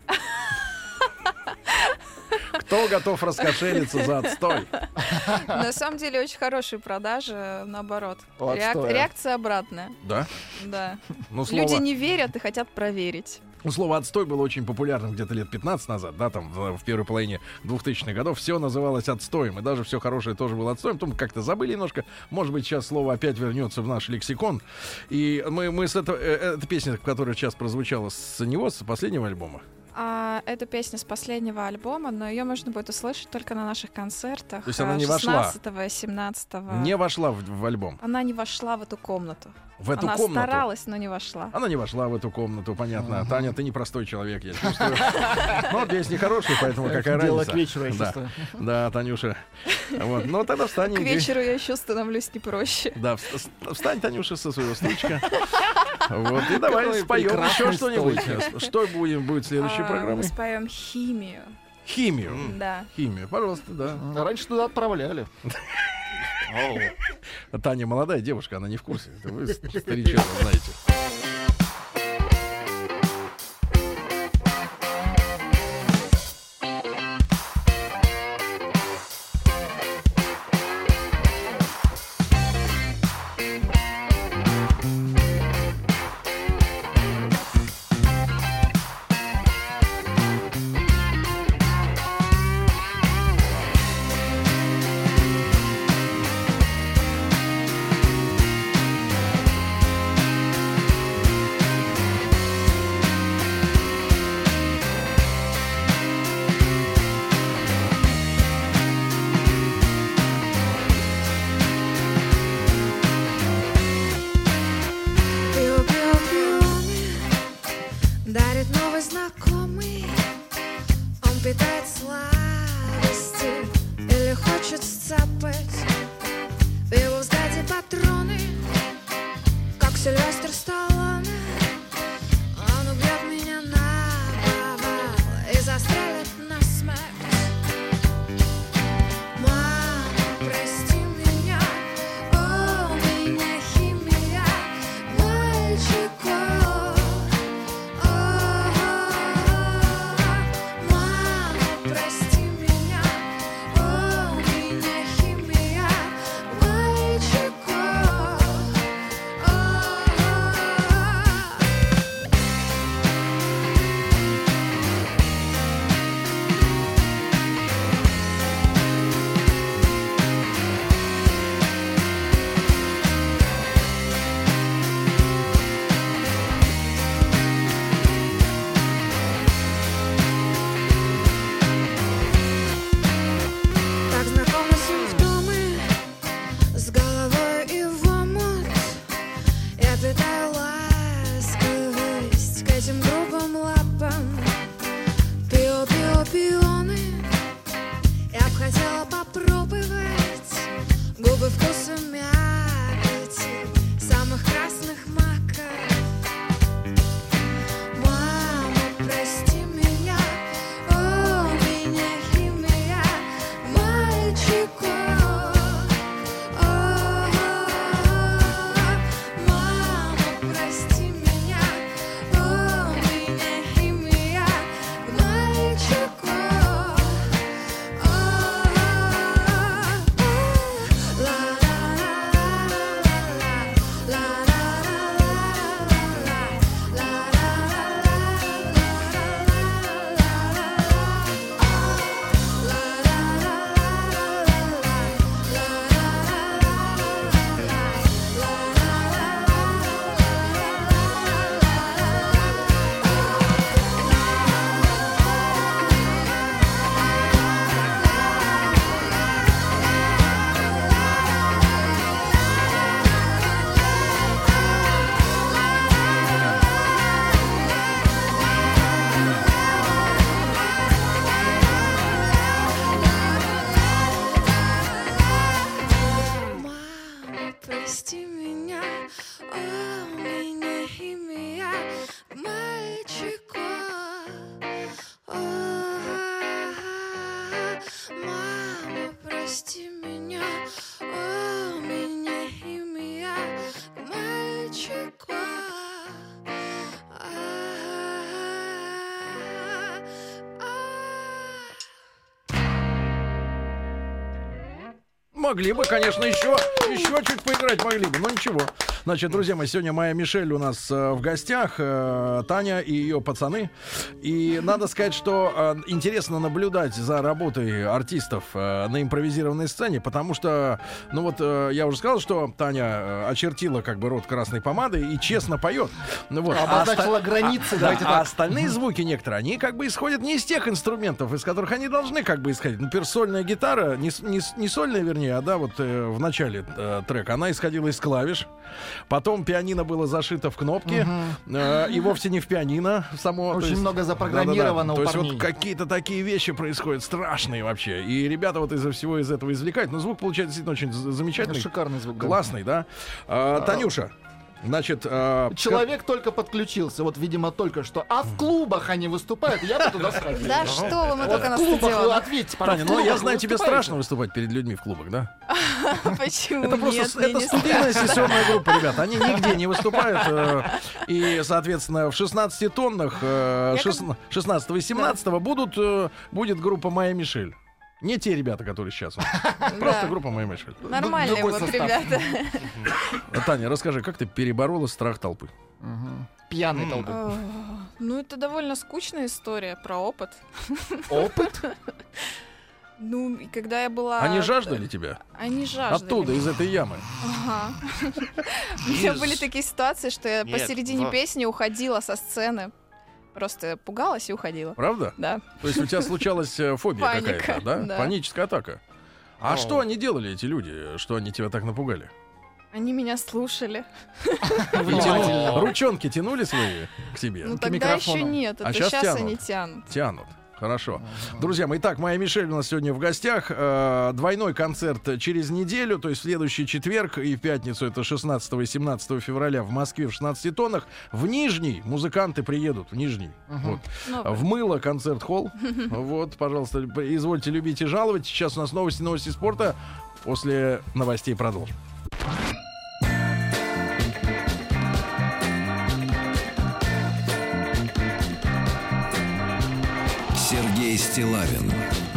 Кто готов раскошелиться за «Отстой»? На самом деле очень хорошие продажи, наоборот. Реакция обратная. Да? Да. Ну, Люди не верят и хотят проверить. Слово «отстой» было очень популярным где-то лет 15 назад, да, там в первой половине 2000-х годов. Все называлось отстоем, и даже все хорошее тоже было отстоем. Потом как-то забыли немножко. Может быть, сейчас слово опять вернется в наш лексикон. И мы с этого... Эта песня, которая сейчас прозвучала с него, с последнего альбома. Это песня с последнего альбома, но ее можно будет услышать только на наших концертах. То есть она не вошла? 16-го, 17-го. Не вошла в альбом? Она не вошла в эту комнату. Она старалась, но не вошла. Она не вошла в эту комнату, понятно. Таня, ты непростой человек, я чувствую. Но песни хорошие, поэтому какая разница. Дело к вечеру, я чувствую. Да, Танюша. Вот. Ну, тогда встань. К вечеру я еще становлюсь не проще. Да, встань, Танюша, со своего стульчика. Вот, и давай споем еще что-нибудь. Что будет следующей программой? Мы споем «Химию». Химию? Да. Химию, пожалуйста, да. Раньше туда отправляли. Таня молодая девушка, она не в курсе. Это вы, старичок, знаете. прости меня, о, меня и меня, мальчик. Могли бы, конечно, еще чуть поиграть могли бы, но ничего. Значит, друзья мои, сегодня Майя Мишель у нас в гостях, Таня и ее пацаны. И надо сказать, что интересно наблюдать за работой артистов на импровизированной сцене, потому что, ну вот, я уже сказал, что Таня очертила как бы рот красной помадой и честно поет. Ну, вот. Обозначила границы, давайте так. Остальные звуки некоторые, они как бы исходят не из тех инструментов, из которых они должны как бы исходить. Например, сольная гитара, не сольная, вернее, а да, вот в начале трека, она исходила из клавиш. Потом пианино было зашито в кнопки, и вовсе не в пианино само. Очень много запрограммировано у парней. парней. То есть вот какие-то такие вещи происходят страшные вообще. И ребята вот из-за всего из этого извлекают. Но звук получается действительно очень замечательный. Шикарный звук. Классный, да. Танюша. Значит, человек только подключился, вот, видимо, только что. А в клубах они выступают, я бы туда сходил. Да что вы, мы только на стадионе. стадионе. Ответьте, Таня, ну я знаю, тебе страшно выступать перед людьми в клубах, да? Почему? Это просто это студийная сессионная группа, ребята. Они нигде не выступают. И, соответственно, в 16 тоннах 16 и 17 будет группа Майя Мишель. Не те ребята, которые сейчас. Просто группа Майя Мишель. Нормальные вот ребята. Таня, расскажи, как ты переборола страх толпы? Пьяной толпы. Ну, это довольно скучная история про опыт. Опыт? Ну, и когда я была... Они жаждали тебя? Они жаждали. Оттуда, из этой ямы? Ага. У меня были такие ситуации, что я посередине песни уходила со сцены. Просто пугалась и уходила. Правда? Да. То есть у тебя случалась фобия какая-то, да? Да. Паническая атака. А что они делали, эти люди, что они тебя так напугали? Они меня слушали. Ручонки тянули свои к себе? Ну тогда еще нет, это сейчас они тянут. Тянут. Хорошо. Друзья мои, итак, Майя Мишель у нас сегодня в гостях. Двойной концерт через неделю, то есть в следующий четверг и в пятницу, это 16 и 17 февраля в Москве в 16 тоннах. В Нижний музыканты приедут, в Нижний. Вот. В Мыло концерт-холл. Вот, пожалуйста, извольте любить и жаловать. Сейчас у нас новости спорта. После новостей продолжим. Сергей Стиллавин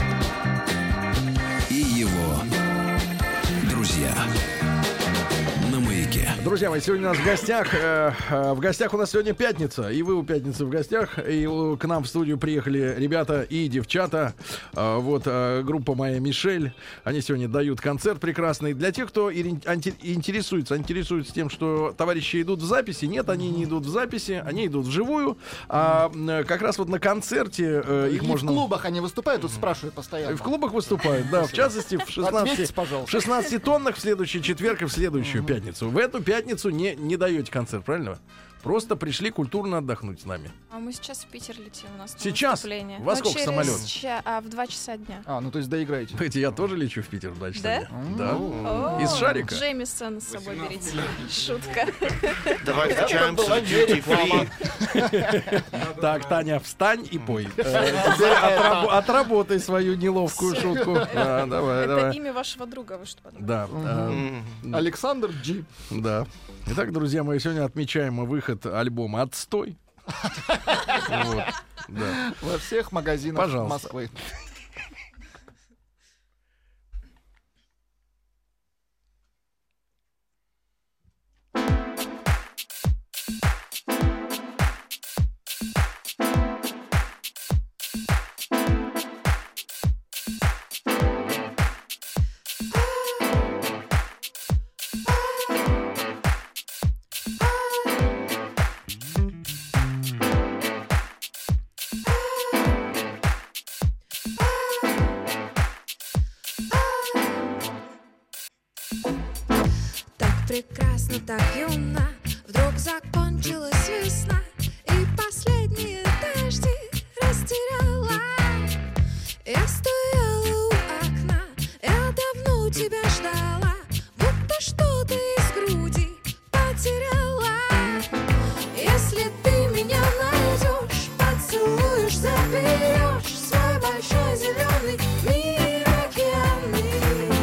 и его друзья на Маяке. Друзья мои, сегодня у нас в гостях у нас сегодня пятница, и вы у пятницы в гостях, и к нам в студию приехали ребята и девчата, вот группа Майя Мишель, они сегодня дают концерт прекрасный. Для тех, кто интересуется тем, что товарищи идут в записи, нет, они не идут в записи, они идут вживую, а как раз вот на концерте их можно... в клубах они выступают, тут спрашивают постоянно. В клубах выступают, да, в частности в 16 тоннах в следующий четверг и в следующую пятницу. В эту пятницу не даете концерт, правильно? Просто пришли культурно отдохнуть с нами. А мы сейчас в Питер летим, у нас сейчас? выступление. Во сколько самолет? В 2 часа дня. Ну то есть доиграете. Знаете, я тоже лечу в Питер в 2 часа да? дня. Да? Из шарика? Джеймисон с собой берите. Шутка. Давай встречаемся в Duty Free. Так, Таня, встань и пой. Отработай свою неловкую шутку. Это имя вашего друга, вы что подумали? Да. Александр Джи. Да. Итак, друзья мои, сегодня отмечаем выход альбома «Отстой». Во всех магазинах Москвы. Прекрасно, так юна, вдруг закончилась весна, и последние дожди растеряла. Я стояла у окна, я давно тебя ждала, будто что-то из груди потеряла. Если ты меня найдешь, поцелуешь, заберешь свой большой зеленый мир океанный.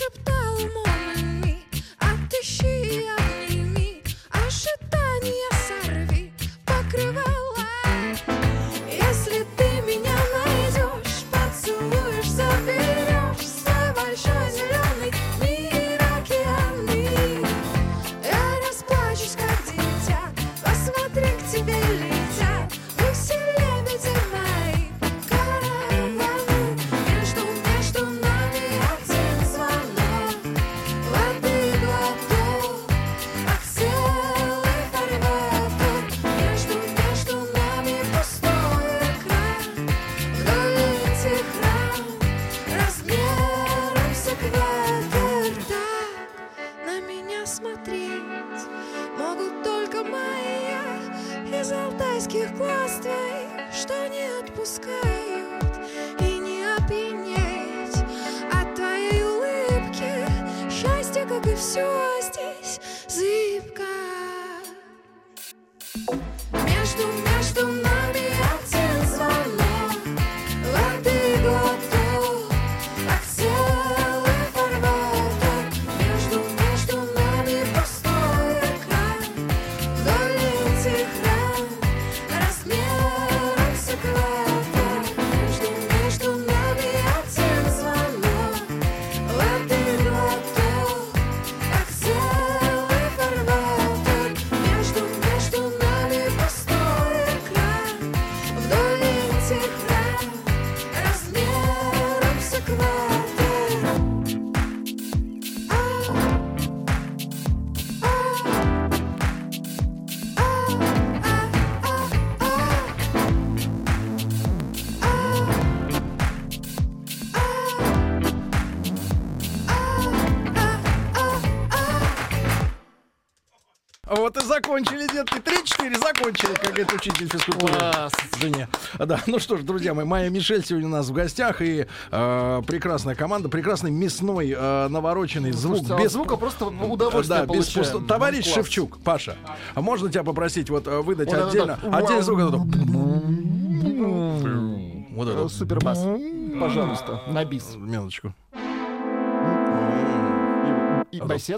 шептал умами, отыщи и обними, ожидания сорви, покрывала. Если ты меня найдешь, поцелуешь, заберешь свой большой зеленый мир, океаны. Я расплачусь, как дитя, посмотри, к тебе летят гуси, лебеди мои, караваны. Между нами один звонок, воды глоток, как целый фарватер. Между нами пустой экран, вдоль этих рам размером с экватор. Так на меня смотреть могут только мои из алтайских глаз твоих, что не отпускают и не опьянеть от твоей улыбки. Счастье, как и все здесь, зыбко. Между нами один звонок, воды глоток, как целый фарватер. Между нами пустой экран, вдоль этих рам размером с экватор. Между нами один звонок, воды глоток, как целый фарватер. Между нами пустой экран, вдоль этих рам размером с экватор. Вот и закончили, детки. 3-4 закончили, как говорит учитель физкультуры. Жене. Да, ну что ж, друзья мои, Майя Мишель сегодня у нас в гостях. И прекрасная команда, прекрасный мясной навороченный звук. Слушайте, без звука просто удовольствие получаем. Товарищ Шевчук, Паша, а можно тебя попросить вот выдать отдельно звук? Вот это. Супербас. Пожалуйста, на бис. Минуточку. И басец.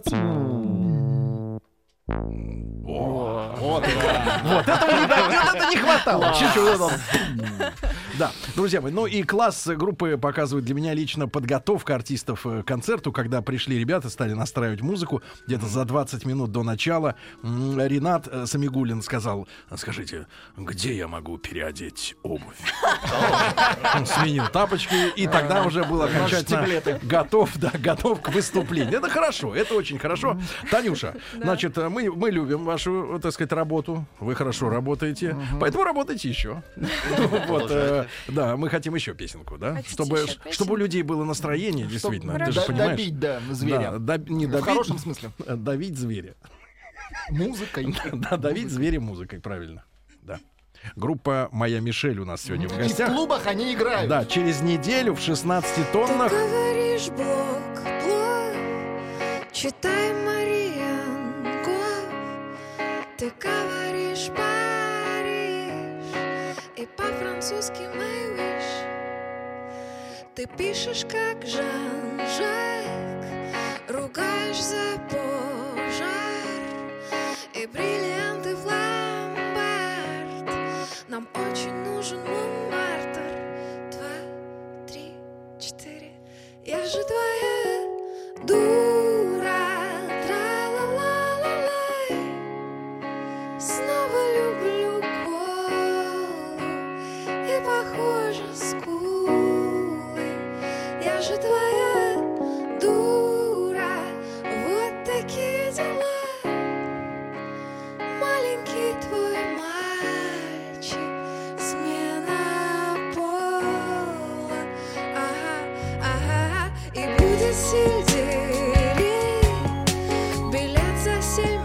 Вот этого не хватало. Да, друзья мои, ну и класс группы показывает для меня лично подготовка артистов к концерту, когда пришли ребята, стали настраивать музыку где-то за 20 минут до начала. Ренат Самигуллин сказал: скажите, где я могу переодеть обувь? Он сменил тапочки, и тогда уже был окончательно готов к выступлению. Это хорошо, это очень хорошо. Танюша, значит, мы любим вашу, так сказать, работу. Вы хорошо работаете, поэтому работайте еще. Вот, да, мы хотим еще песенку, да? Чтобы у людей было настроение, действительно. Ты же понимаешь. Добить, да, зверя. Не добить, в хорошем смысле. Давить зверя. Музыкой. Да, давить зверя музыкой, правильно. Да. Группа «Моя Мишель» у нас сегодня в гостях. И в клубах они играют. Да, через неделю в 16 тоннах. Ты говоришь блок, читай Мариенко. Ты говоришь Париж, и по-французски my wish. Ты пишешь как Жан-Жак, ругаешь за пожар и бриллианты в ломбард. Нам очень нужен Монмартр. 2, 3, 4. Я же твоя дура. Тра-ла-ла-ла-лай. Снова люблю колу и, похоже, скулы. Я же твоя дура. Вот такие дела. Маленький твой мальчик, смена пола. Ага, и будет сельдерей, билет за 7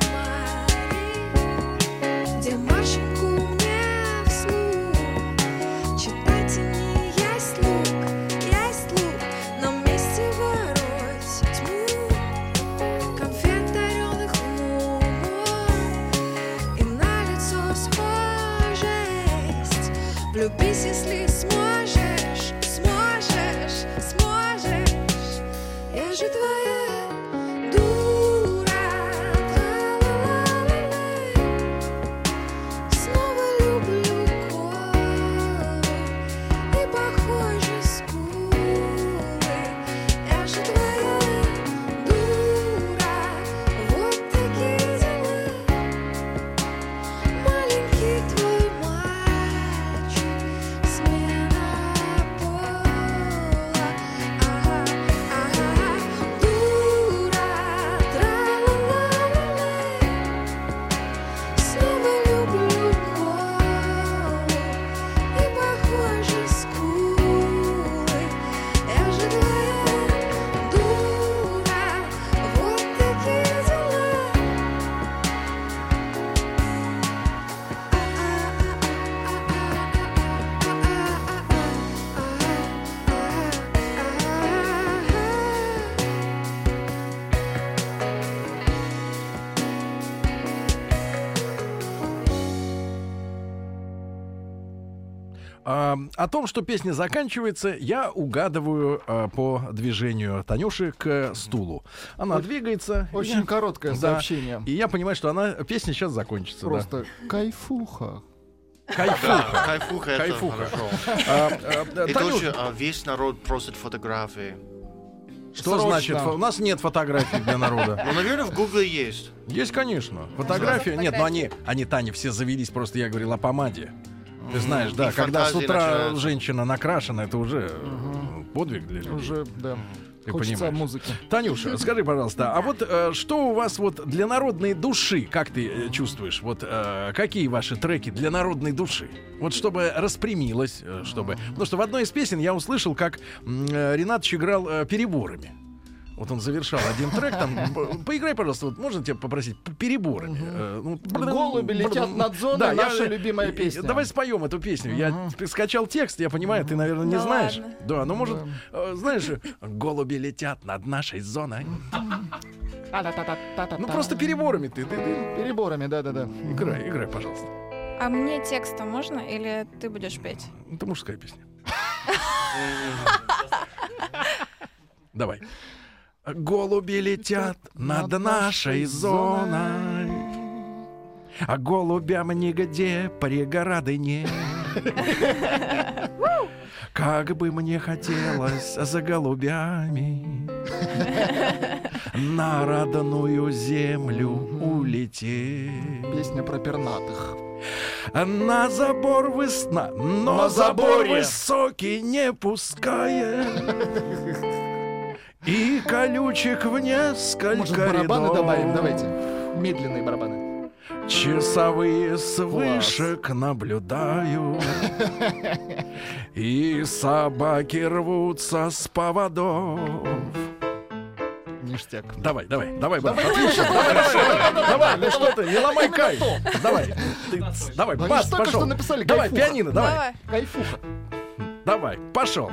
марей, где Машеньку мне вслух читать и не есть лук, но вместе вороть тьму, конфет дареных луной, и на лицо схожесть. Влюбись, если сможешь, сможешь, сможешь. Я же твоя О том, что песня заканчивается, я угадываю по движению Танюши к стулу. Она двигается. Очень короткое сообщение. И я понимаю, что песня сейчас закончится. Просто кайфуха. Кайфуха, это хорошо. Это очень, весь народ просит фотографии. Что значит? У нас нет фотографий для народа. Ну, наверное, в Гугле есть. Есть, конечно. Фотографии. Нет, но они, Таня, все завелись. Просто я говорил о помаде. Ты знаешь, да, когда с утра женщина накрашена, это уже подвиг для людей. Уже, да. Ты хочется понимаешь. Музыки. Танюша, скажи, пожалуйста, а вот что у вас вот для народной души, как ты чувствуешь, вот какие ваши треки для народной души? Вот чтобы распрямилось, чтобы... Потому что в одной из песен я услышал, как Ринатыч играл переборами. Вот он завершал один трек, там, поиграй, пожалуйста, вот можно тебя попросить переборами? Голуби летят над зоной, да, наша любимая песня. Давай споем эту песню. Я скачал текст, я понимаю, ты, наверное, не знаешь. Ладно. Да, ну, может, знаешь, голуби летят над нашей зоной. Ну, просто переборами ты. Переборами, да-да-да. Играй, пожалуйста. А мне текста можно или ты будешь петь? Это мужская песня. Давай. Голуби летят над нашей зоной, а голубям нигде преграды нет. Как бы мне хотелось за голубями на родную землю улететь. Песня про пернатых. На забор но забор высокий не пускает. И колючек в несколько Может, барабаны рядов. добавим? Давайте. Медленные барабаны. Часовые с вышек наблюдают, и собаки рвутся с поводов. Ништяк. Давай, брат, отлично. Давай, ну что ты, не ломай кайф. Давай, бас, пошел. Давай, пианино, давай. Кайфуха. Давай, пошел.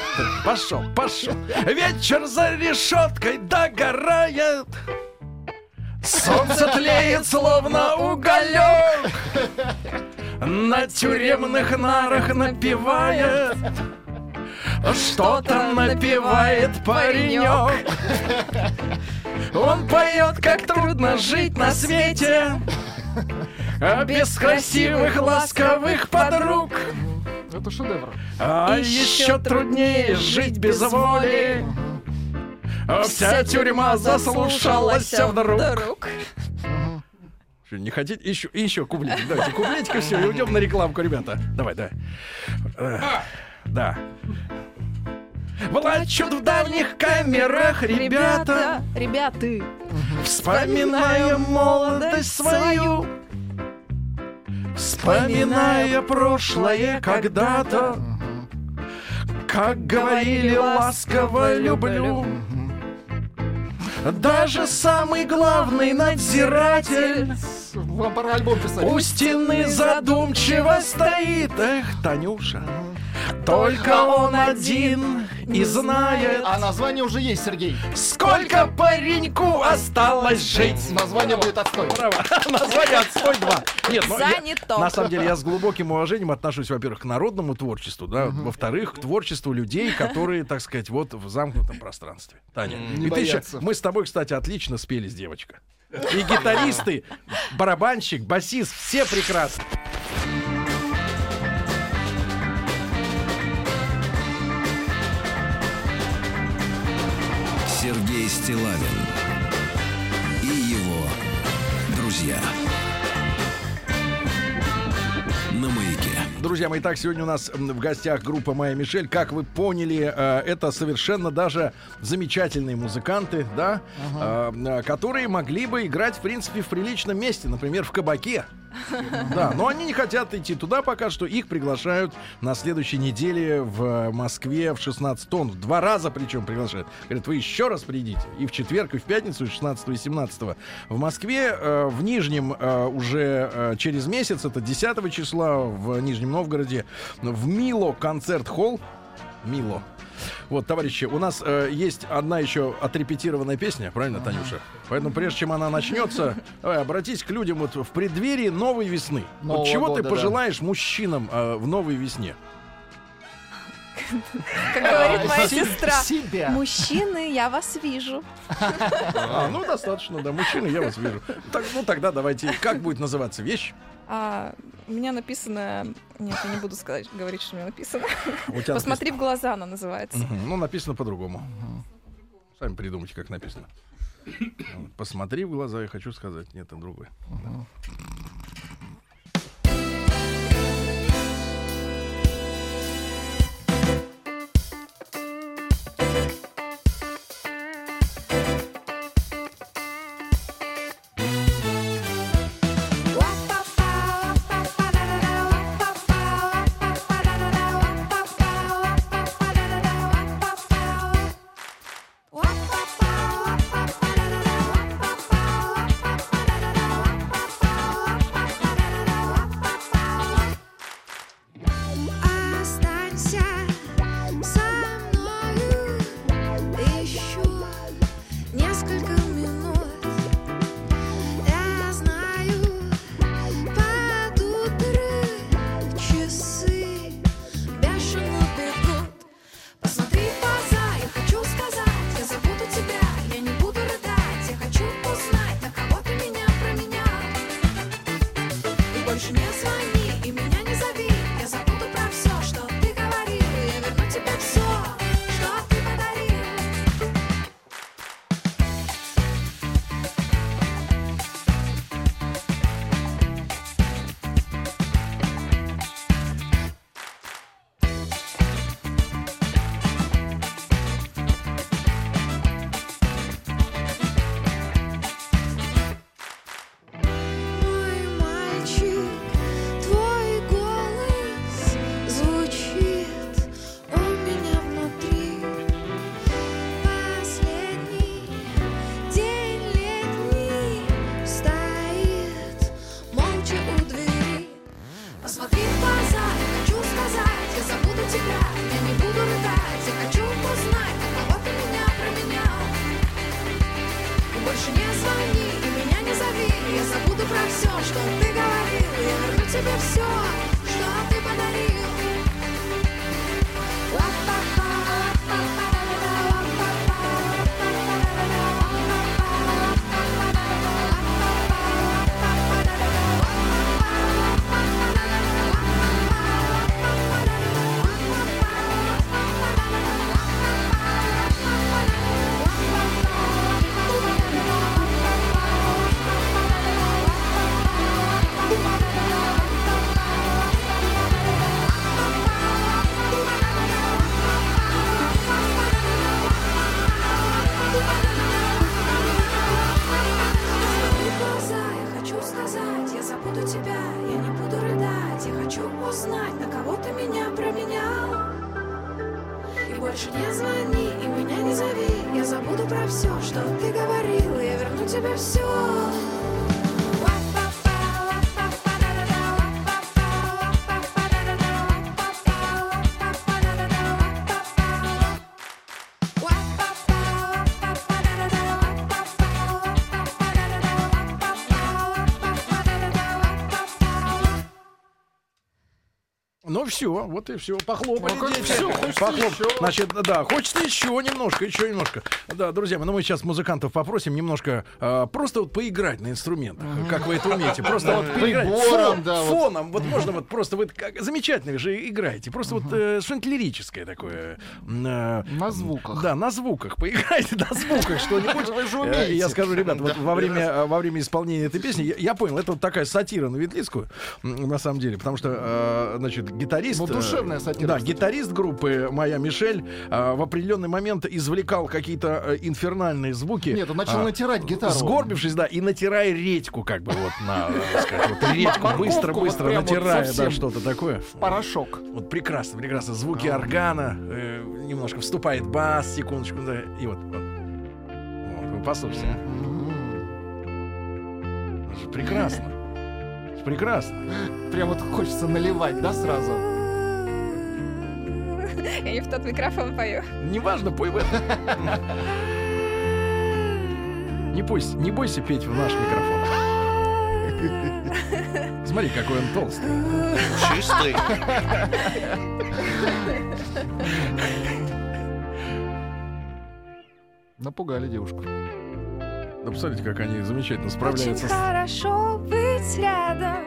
Вечер за решеткой догорает, солнце тлеет, словно уголек, на тюремных нарах напевает, что-то напевает паренек. Он поет, как трудно жить на свете, без красивых ласковых подруг. Это шедевр. А еще труднее жить без воли. Вся тюрьма заслушалась вдруг. Что, не хотите? Еще кублетик. Давайте кублетик и все, и уйдем на рекламку, ребята. Давай. Да. Плачут в давних камерах ребята, вспоминая молодость свою, вспоминая прошлое когда-то, как говорили ласково люблю. Даже самый главный надзиратель вам пора альбом писать. У стены задумчиво стоит. Эх, Танюша, только он один и знает. А название уже есть, Сергей. Сколько пареньку осталось жить. Название будет отстой. Браво. Название отстой 2. Нет, занято. На самом деле я с глубоким уважением отношусь, во-первых, к народному творчеству, да, во-вторых, к творчеству людей, которые, так сказать, вот в замкнутом пространстве. Таня, и ты еще, мы с тобой, кстати, отлично спелись, девочка. И гитаристы, барабанщик, басист, все прекрасны. Сергей Стиллавин и его друзья. На маяке. Друзья мои, так, сегодня у нас в гостях группа «Моя Мишель». Как вы поняли, это совершенно даже замечательные музыканты, да, которые могли бы играть, в принципе, в приличном месте, например, в кабаке. Да, но они не хотят идти туда пока что. Их приглашают на следующей неделе в Москве в 16 тонн. 2 раза причем приглашают. Говорят, вы еще раз придите. И в четверг, и в пятницу, и 16 и 17 в Москве. В Нижнем уже через месяц, это 10 числа в Нижнем Новгороде, в Мило концерт-холл. Мило. Вот, товарищи, у нас есть одна еще отрепетированная песня, правильно, Танюша? Поэтому прежде чем она начнется, давай, обратись к людям вот в преддверии новой весны. Вот чего года, ты пожелаешь мужчинам в новой весне? Как говорит моя сестра, себя. мужчины, я вас вижу. Ну, достаточно, да, мужчины, я вас вижу. Ну, тогда давайте, как будет называться вещь? У меня написано... Нет, я не буду говорить, что у меня написано. написано... Посмотри в глаза, она называется. Ну, написано по-другому. Сами придумайте, как написано. Посмотри в глаза, я хочу сказать. Нет, это другое. Ну все, вот и все. Похлопали, дети. Все, Еще. Значит, да, хочется еще немножко. Да, друзья мои, мы сейчас музыкантов попросим немножко просто вот поиграть на инструментах, как вы это умеете. Просто вот поиграть фоном. Вот можно вот просто вы замечательно вы же играете. Просто вот что-нибудь лирическое такое. На звуках. Да, на звуках. Поиграйте на звуках что-нибудь. Вы же умеете. Я скажу, ребят, вот во время исполнения этой песни, я понял, это вот такая сатира на Ветлицкую, на самом деле, потому что, значит, гитарист... Ну, душевная сатира. Да, гитарист группы «Моя Мишель» в определенный момент извлекал какие-то инфернальные звуки. Нет, он начал натирать гитару. Сгорбившись, да, и натирая редьку, как бы вот на, сказать, вот редьку, быстро натирая, да, что-то такое. В порошок. Вот прекрасно. Звуки органа, немножко вступает бас, секундочку, да, и вот вы послушайте. Прекрасно. Прям вот хочется наливать, да, сразу? Я не в тот микрофон пою. Неважно, пой в это. Не бойся петь в наш микрофон. Смотри, какой он толстый. Чистый. Напугали девушку. Да посмотрите, как они замечательно справляются. Очень хорошо быть рядом.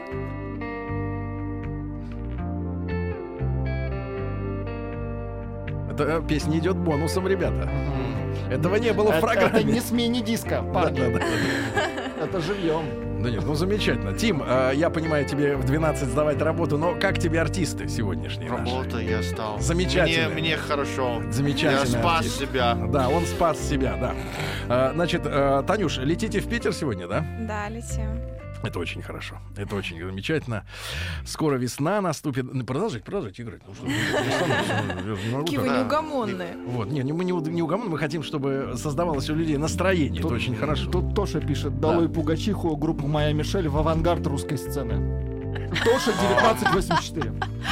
Эта песня идет бонусом, ребята. Этого не было в программе. Это не с мини-диска, парни. Это живьем. Да нет, ну замечательно. Тим, я понимаю, тебе в 12 сдавать работу, но как тебе артисты сегодняшние наши? Работа я стал. Замечательно. Мне хорошо. Замечательно. Я спас себя. Да, он спас себя, да. Значит, Танюш, летите в Питер сегодня, да? Да, летим. Это очень хорошо. Это очень замечательно. Скоро весна наступит. Продолжайте играть. Ну, что, какие вы неугомонные. Вот, мы не неугомонные, мы хотим, чтобы создавалось у людей настроение. Это очень хорошо. Тут Тоша пишет: долой Пугачиху, группу «Моя Мишель» в авангард русской сцены. Тоша 1984.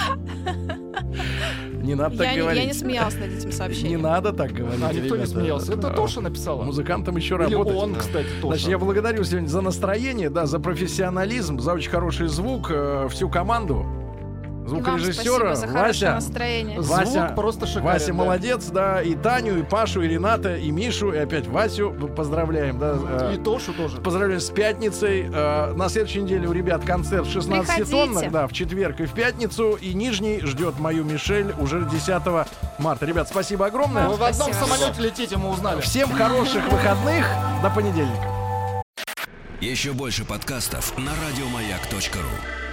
Не надо так говорить. Я не смеялась над этим сообщением. Не надо так говорить. Никто не смеялся. Это Тоша написала. Музыкантам еще работать. Или он, кстати, Тоша. Значит, я благодарю сегодня за настроение, да, за профессионализм, за очень хороший звук, всю команду. Звукорежиссера Вася. Звук просто шикарен. Вася молодец, да. И Таню, и Пашу, и Рената, и Мишу, и опять Васю поздравляем, да. И Тошу тоже. Поздравляем с пятницей. На следующей неделе у ребят концерт 16 тоннах, да, в четверг и в пятницу. И Нижний ждет мою Мишель уже 10 марта. Ребят, спасибо огромное. Вы в одном самолете летите, мы узнали. Всем хороших выходных. До понедельника. Еще больше подкастов на радиомаяк.ру.